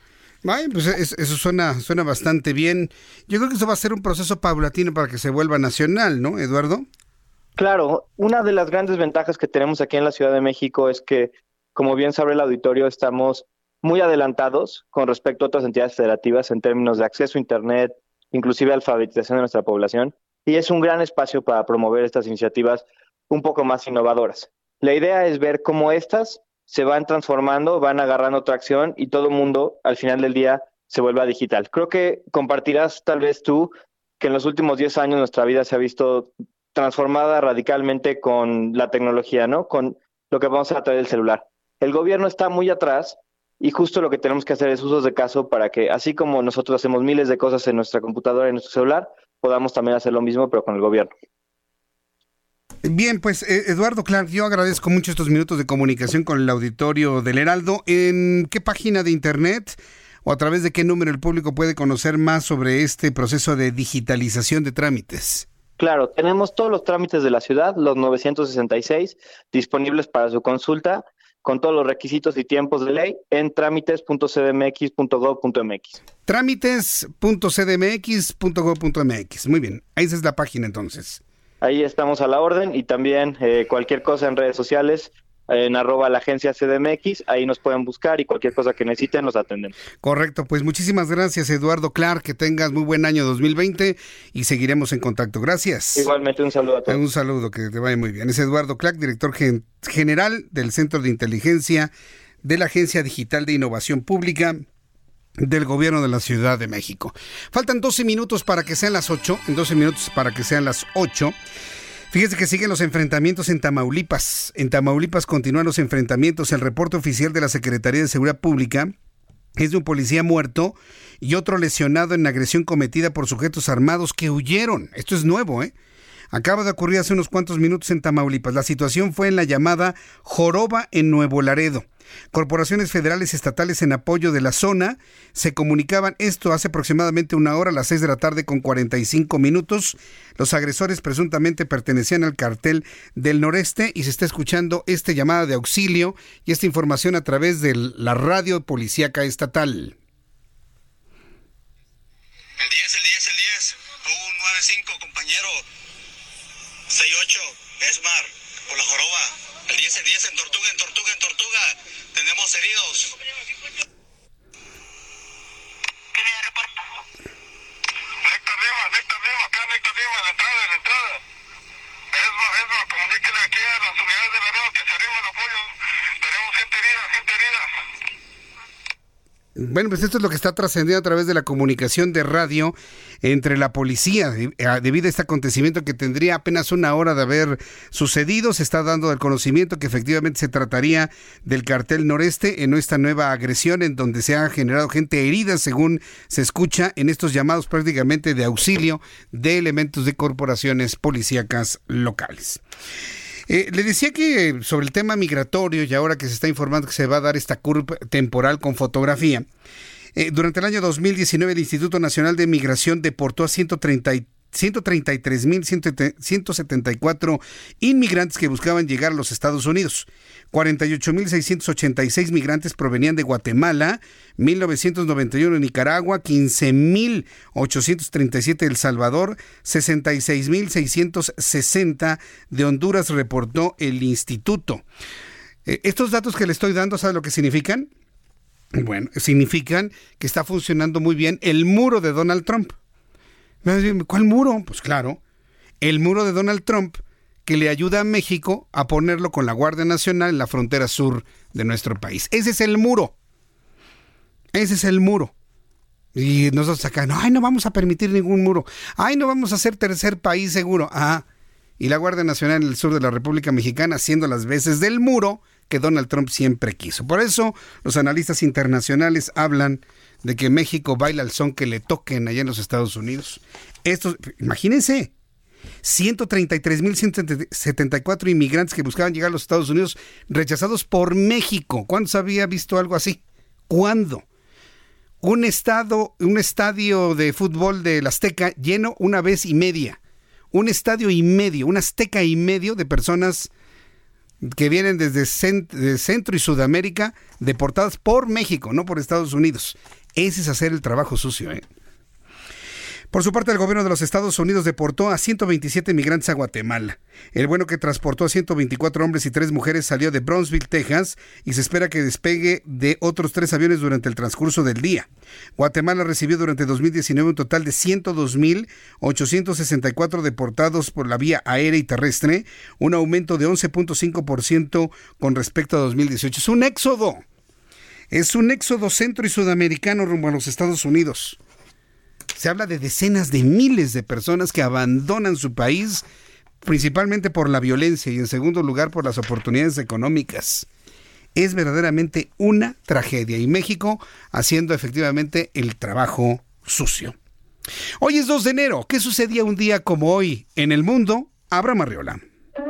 Ay, pues eso suena, suena bastante bien. Yo creo que eso va a ser un proceso paulatino para que se vuelva nacional, ¿no, Eduardo? Claro, una de las grandes ventajas que tenemos aquí en la Ciudad de México es que, como bien sabe el auditorio, estamos muy adelantados con respecto a otras entidades federativas en términos de acceso a Internet, inclusive alfabetización de nuestra población, y es un gran espacio para promover estas iniciativas un poco más innovadoras. La idea es ver cómo estas se van transformando, van agarrando tracción y todo el mundo, al final del día, se vuelva digital. Creo que compartirás tal vez tú que en los últimos diez años nuestra vida se ha visto transformada radicalmente con la tecnología, ¿no? Con lo que vamos a través del celular. El gobierno está muy atrás y justo lo que tenemos que hacer es usos de caso para que, así como nosotros hacemos miles de cosas en nuestra computadora y en nuestro celular, podamos también hacer lo mismo, pero con el gobierno. Bien, pues eh, Eduardo Clark, yo agradezco mucho estos minutos de comunicación con el auditorio del Heraldo. ¿En qué página de internet o a través de qué número el público puede conocer más sobre este proceso de digitalización de trámites? Claro, tenemos todos los trámites de la ciudad, los novecientos sesenta y seis, disponibles para su consulta, con todos los requisitos y tiempos de ley en trámites punto c d m x punto gov punto m x. trámites punto c d m x punto gov punto m x. Muy bien, ahí es la página entonces. Ahí estamos a la orden y también eh, cualquier cosa en redes sociales, en arroba la agencia C D M X, ahí nos pueden buscar y cualquier cosa que necesiten los atendemos. Correcto, pues muchísimas gracias Eduardo Clark, que tengas muy buen año dos mil veinte y seguiremos en contacto. Gracias. Igualmente un saludo a todos. Un saludo, que te vaya muy bien. Es Eduardo Clark, director gen- general del Centro de Inteligencia de la Agencia Digital de Innovación Pública del Gobierno de la Ciudad de México. Faltan doce minutos para que sean las ocho, en doce minutos para que sean las ocho. Fíjese que siguen los enfrentamientos en Tamaulipas. En Tamaulipas continúan los enfrentamientos. El reporte oficial de la Secretaría de Seguridad Pública es de un policía muerto y otro lesionado en agresión cometida por sujetos armados que huyeron. Esto es nuevo, ¿eh? Acaba de ocurrir hace unos cuantos minutos en Tamaulipas. La situación fue en la llamada Joroba en Nuevo Laredo. Corporaciones federales y estatales en apoyo de la zona se comunicaban esto hace aproximadamente una hora, a las seis de la tarde con cuarenta y cinco minutos. Los agresores presuntamente pertenecían al cartel del noreste y se está escuchando esta llamada de auxilio y esta información a través de la radio policíaca estatal. El diez, el diez, el diez, un nueve cinco, compañero, seis ocho, Esmar, por la Joroba, el diez, el diez, en Tortuga, en Tortuga, en Tortuga, tenemos heridos. Nectar arriba, Nectar arriba, acá Nectar arriba, en la entrada, en la entrada. Esmar, Esmar, comuníquenle aquí a las unidades de Laredo que se arriba el apoyo, tenemos gente herida, gente herida. Bueno, pues esto es lo que está trascendiendo a través de la comunicación de radio entre la policía. Debido a este acontecimiento que tendría apenas una hora de haber sucedido, se está dando el conocimiento que efectivamente se trataría del cartel noreste en esta nueva agresión en donde se ha generado gente herida, según se escucha en estos llamados prácticamente de auxilio de elementos de corporaciones policíacas locales. Eh, le decía que sobre el tema migratorio, y ahora que se está informando que se va a dar esta curva temporal con fotografía, eh, durante el año dos mil diecinueve el Instituto Nacional de Migración deportó a ciento treinta y tres mil ciento setenta y cuatro inmigrantes que buscaban llegar a los Estados Unidos. cuarenta y ocho mil seiscientos ochenta y seis migrantes provenían de Guatemala, mil novecientos noventa y uno de Nicaragua, quince mil ochocientos treinta y siete de El Salvador, sesenta y seis mil seiscientos sesenta de Honduras, reportó el instituto. Eh, estos datos que le estoy dando, ¿sabe lo que significan? Bueno, significan que está funcionando muy bien el muro de Donald Trump. ¿Cuál muro? Pues claro, el muro de Donald Trump, que le ayuda a México a ponerlo con la Guardia Nacional en la frontera sur de nuestro país. Ese es el muro. Ese es el muro. Y nosotros acá, no, ay, no vamos a permitir ningún muro. Ay, no vamos a ser tercer país seguro. Ah, y la Guardia Nacional en el sur de la República Mexicana haciendo las veces del muro que Donald Trump siempre quiso. Por eso los analistas internacionales hablan de que México baila al son que le toquen allá en los Estados Unidos. Estos, imagínense, ciento treinta y tres mil ciento setenta y cuatro inmigrantes que buscaban llegar a los Estados Unidos rechazados por México. ¿Cuándo se había visto algo así? ¿Cuándo? Un estado, un estadio de fútbol del Azteca lleno una vez y media. Un estadio y medio, un Azteca y medio de personas que vienen desde cent- de Centro y Sudamérica deportadas por México, no por Estados Unidos. Ese es hacer el trabajo sucio, ¿eh? Por su parte, el gobierno de los Estados Unidos deportó a ciento veintisiete migrantes a Guatemala. El vuelo que transportó a ciento veinticuatro hombres y tres mujeres salió de Brownsville, Texas, y se espera que despegue de otros tres aviones durante el transcurso del día. Guatemala recibió durante dos mil diecinueve un total de ciento dos mil ochocientos sesenta y cuatro deportados por la vía aérea y terrestre, un aumento de once punto cinco por ciento con respecto a dos mil dieciocho. Es un éxodo. Es un éxodo centro y sudamericano rumbo a los Estados Unidos. Se habla de decenas de miles de personas que abandonan su país, principalmente por la violencia y en segundo lugar por las oportunidades económicas. Es verdaderamente una tragedia y México haciendo efectivamente el trabajo sucio. Hoy es dos de enero. ¿Qué sucedía un día como hoy en el mundo? Abraham Arreola.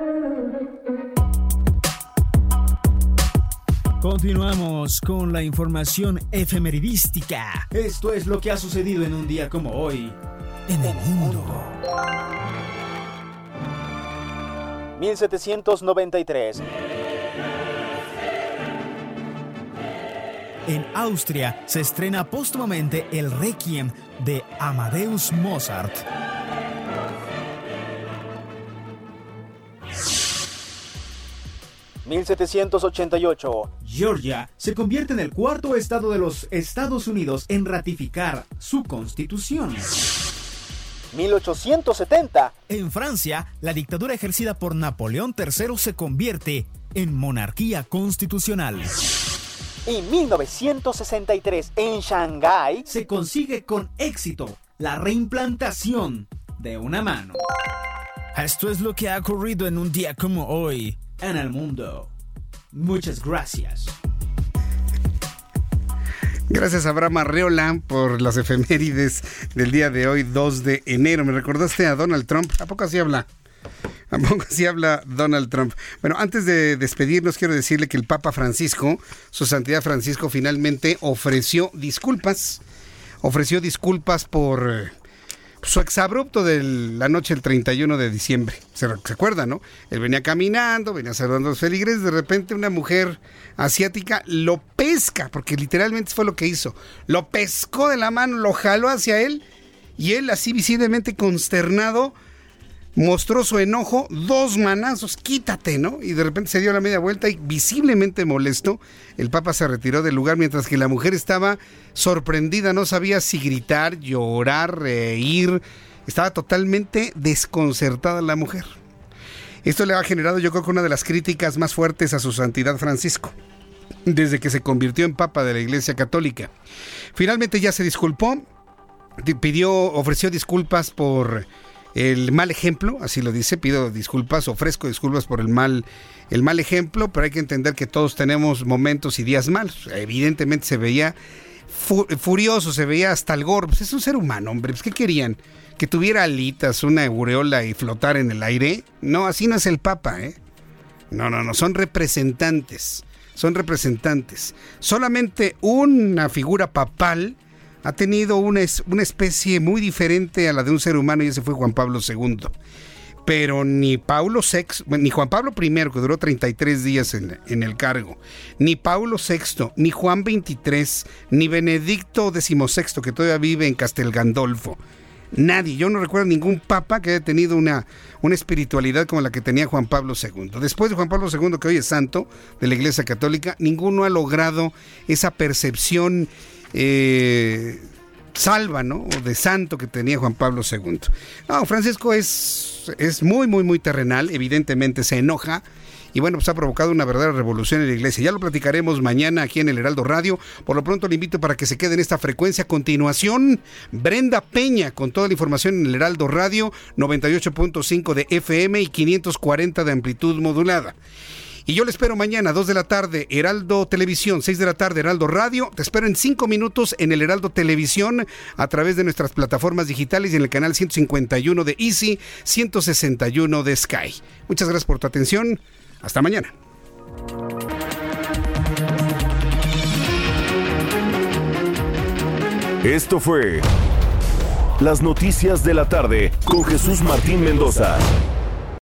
Continuamos con la información efemeridística. Esto es lo que ha sucedido en un día como hoy en el mundo. mil setecientos noventa y tres. En Austria se estrena póstumamente el Requiem de Amadeus Mozart. mil setecientos ochenta y ocho. Georgia se convierte en el cuarto estado de los Estados Unidos en ratificar su constitución. mil ochocientos setenta. En Francia, la dictadura ejercida por Napoleón tercero se convierte en monarquía constitucional. Y mil novecientos sesenta y tres, en Shanghái, se consigue con éxito la reimplantación de una mano. Esto es lo que ha ocurrido en un día como hoy en el mundo. Muchas gracias. Gracias a Abraham Arreola por las efemérides del día de hoy, dos de enero. Me recordaste a Donald Trump. ¿A poco así habla? Tampoco así habla Donald Trump. Bueno, antes de despedirnos, quiero decirle que el Papa Francisco, su Santidad Francisco, finalmente ofreció disculpas. Ofreció disculpas por eh, su exabrupto de la noche del treinta y uno de diciembre. ¿Se, se acuerda, no? Él venía caminando, venía saludando a los feligreses. De repente una mujer asiática lo pesca, porque literalmente fue lo que hizo. Lo pescó de la mano, lo jaló hacia él y él, así visiblemente consternado, mostró su enojo, dos manazos, quítate, ¿no? Y de repente se dio la media vuelta y visiblemente molesto, el Papa se retiró del lugar mientras que la mujer estaba sorprendida, no sabía si gritar, llorar, reír, estaba totalmente desconcertada la mujer. Esto le ha generado, yo creo que una de las críticas más fuertes a su Santidad Francisco, desde que se convirtió en Papa de la Iglesia Católica. Finalmente ya se disculpó, pidió, ofreció disculpas por el mal ejemplo, así lo dice, pido disculpas, ofrezco disculpas por el mal, el mal ejemplo, pero hay que entender que todos tenemos momentos y días malos. Evidentemente se veía fu- furioso, se veía hasta el gorro. Pues es un ser humano, hombre, pues ¿qué querían? ¿Que tuviera alitas, una aureola y flotar en el aire? No, así no es el Papa, ¿eh? No, no, no, son representantes, son representantes. Solamente una figura papal ha tenido una, una especie muy diferente a la de un ser humano, y ese fue Juan Pablo segundo. Pero ni Paulo sexto, ni Juan Pablo primero, que duró treinta y tres días en, en el cargo, ni Paulo sexto, ni Juan veintitrés, ni Benedicto decimosexto, que todavía vive en Castel Gandolfo. Nadie, yo no recuerdo ningún papa que haya tenido una, una espiritualidad como la que tenía Juan Pablo segundo. Después de Juan Pablo segundo, que hoy es santo de la Iglesia Católica, ninguno ha logrado esa percepción Eh, salva, ¿no? O de santo que tenía Juan Pablo segundo. No, Francisco es, es muy, muy, muy terrenal, evidentemente se enoja y bueno, pues ha provocado una verdadera revolución en la iglesia. Ya lo platicaremos mañana aquí en el Heraldo Radio. Por lo pronto le invito para que se quede en esta frecuencia. A continuación, Brenda Peña con toda la información en el Heraldo Radio, noventa y ocho punto cinco de F M y quinientos cuarenta de amplitud modulada. Y yo le espero mañana, dos de la tarde, Heraldo Televisión, seis de la tarde, Heraldo Radio. Te espero en cinco minutos en el Heraldo Televisión a través de nuestras plataformas digitales y en el canal ciento cincuenta y uno de Easy, ciento sesenta y uno de Sky. Muchas gracias por tu atención. Hasta mañana. Esto fue Las Noticias de la Tarde con Jesús Martín Mendoza.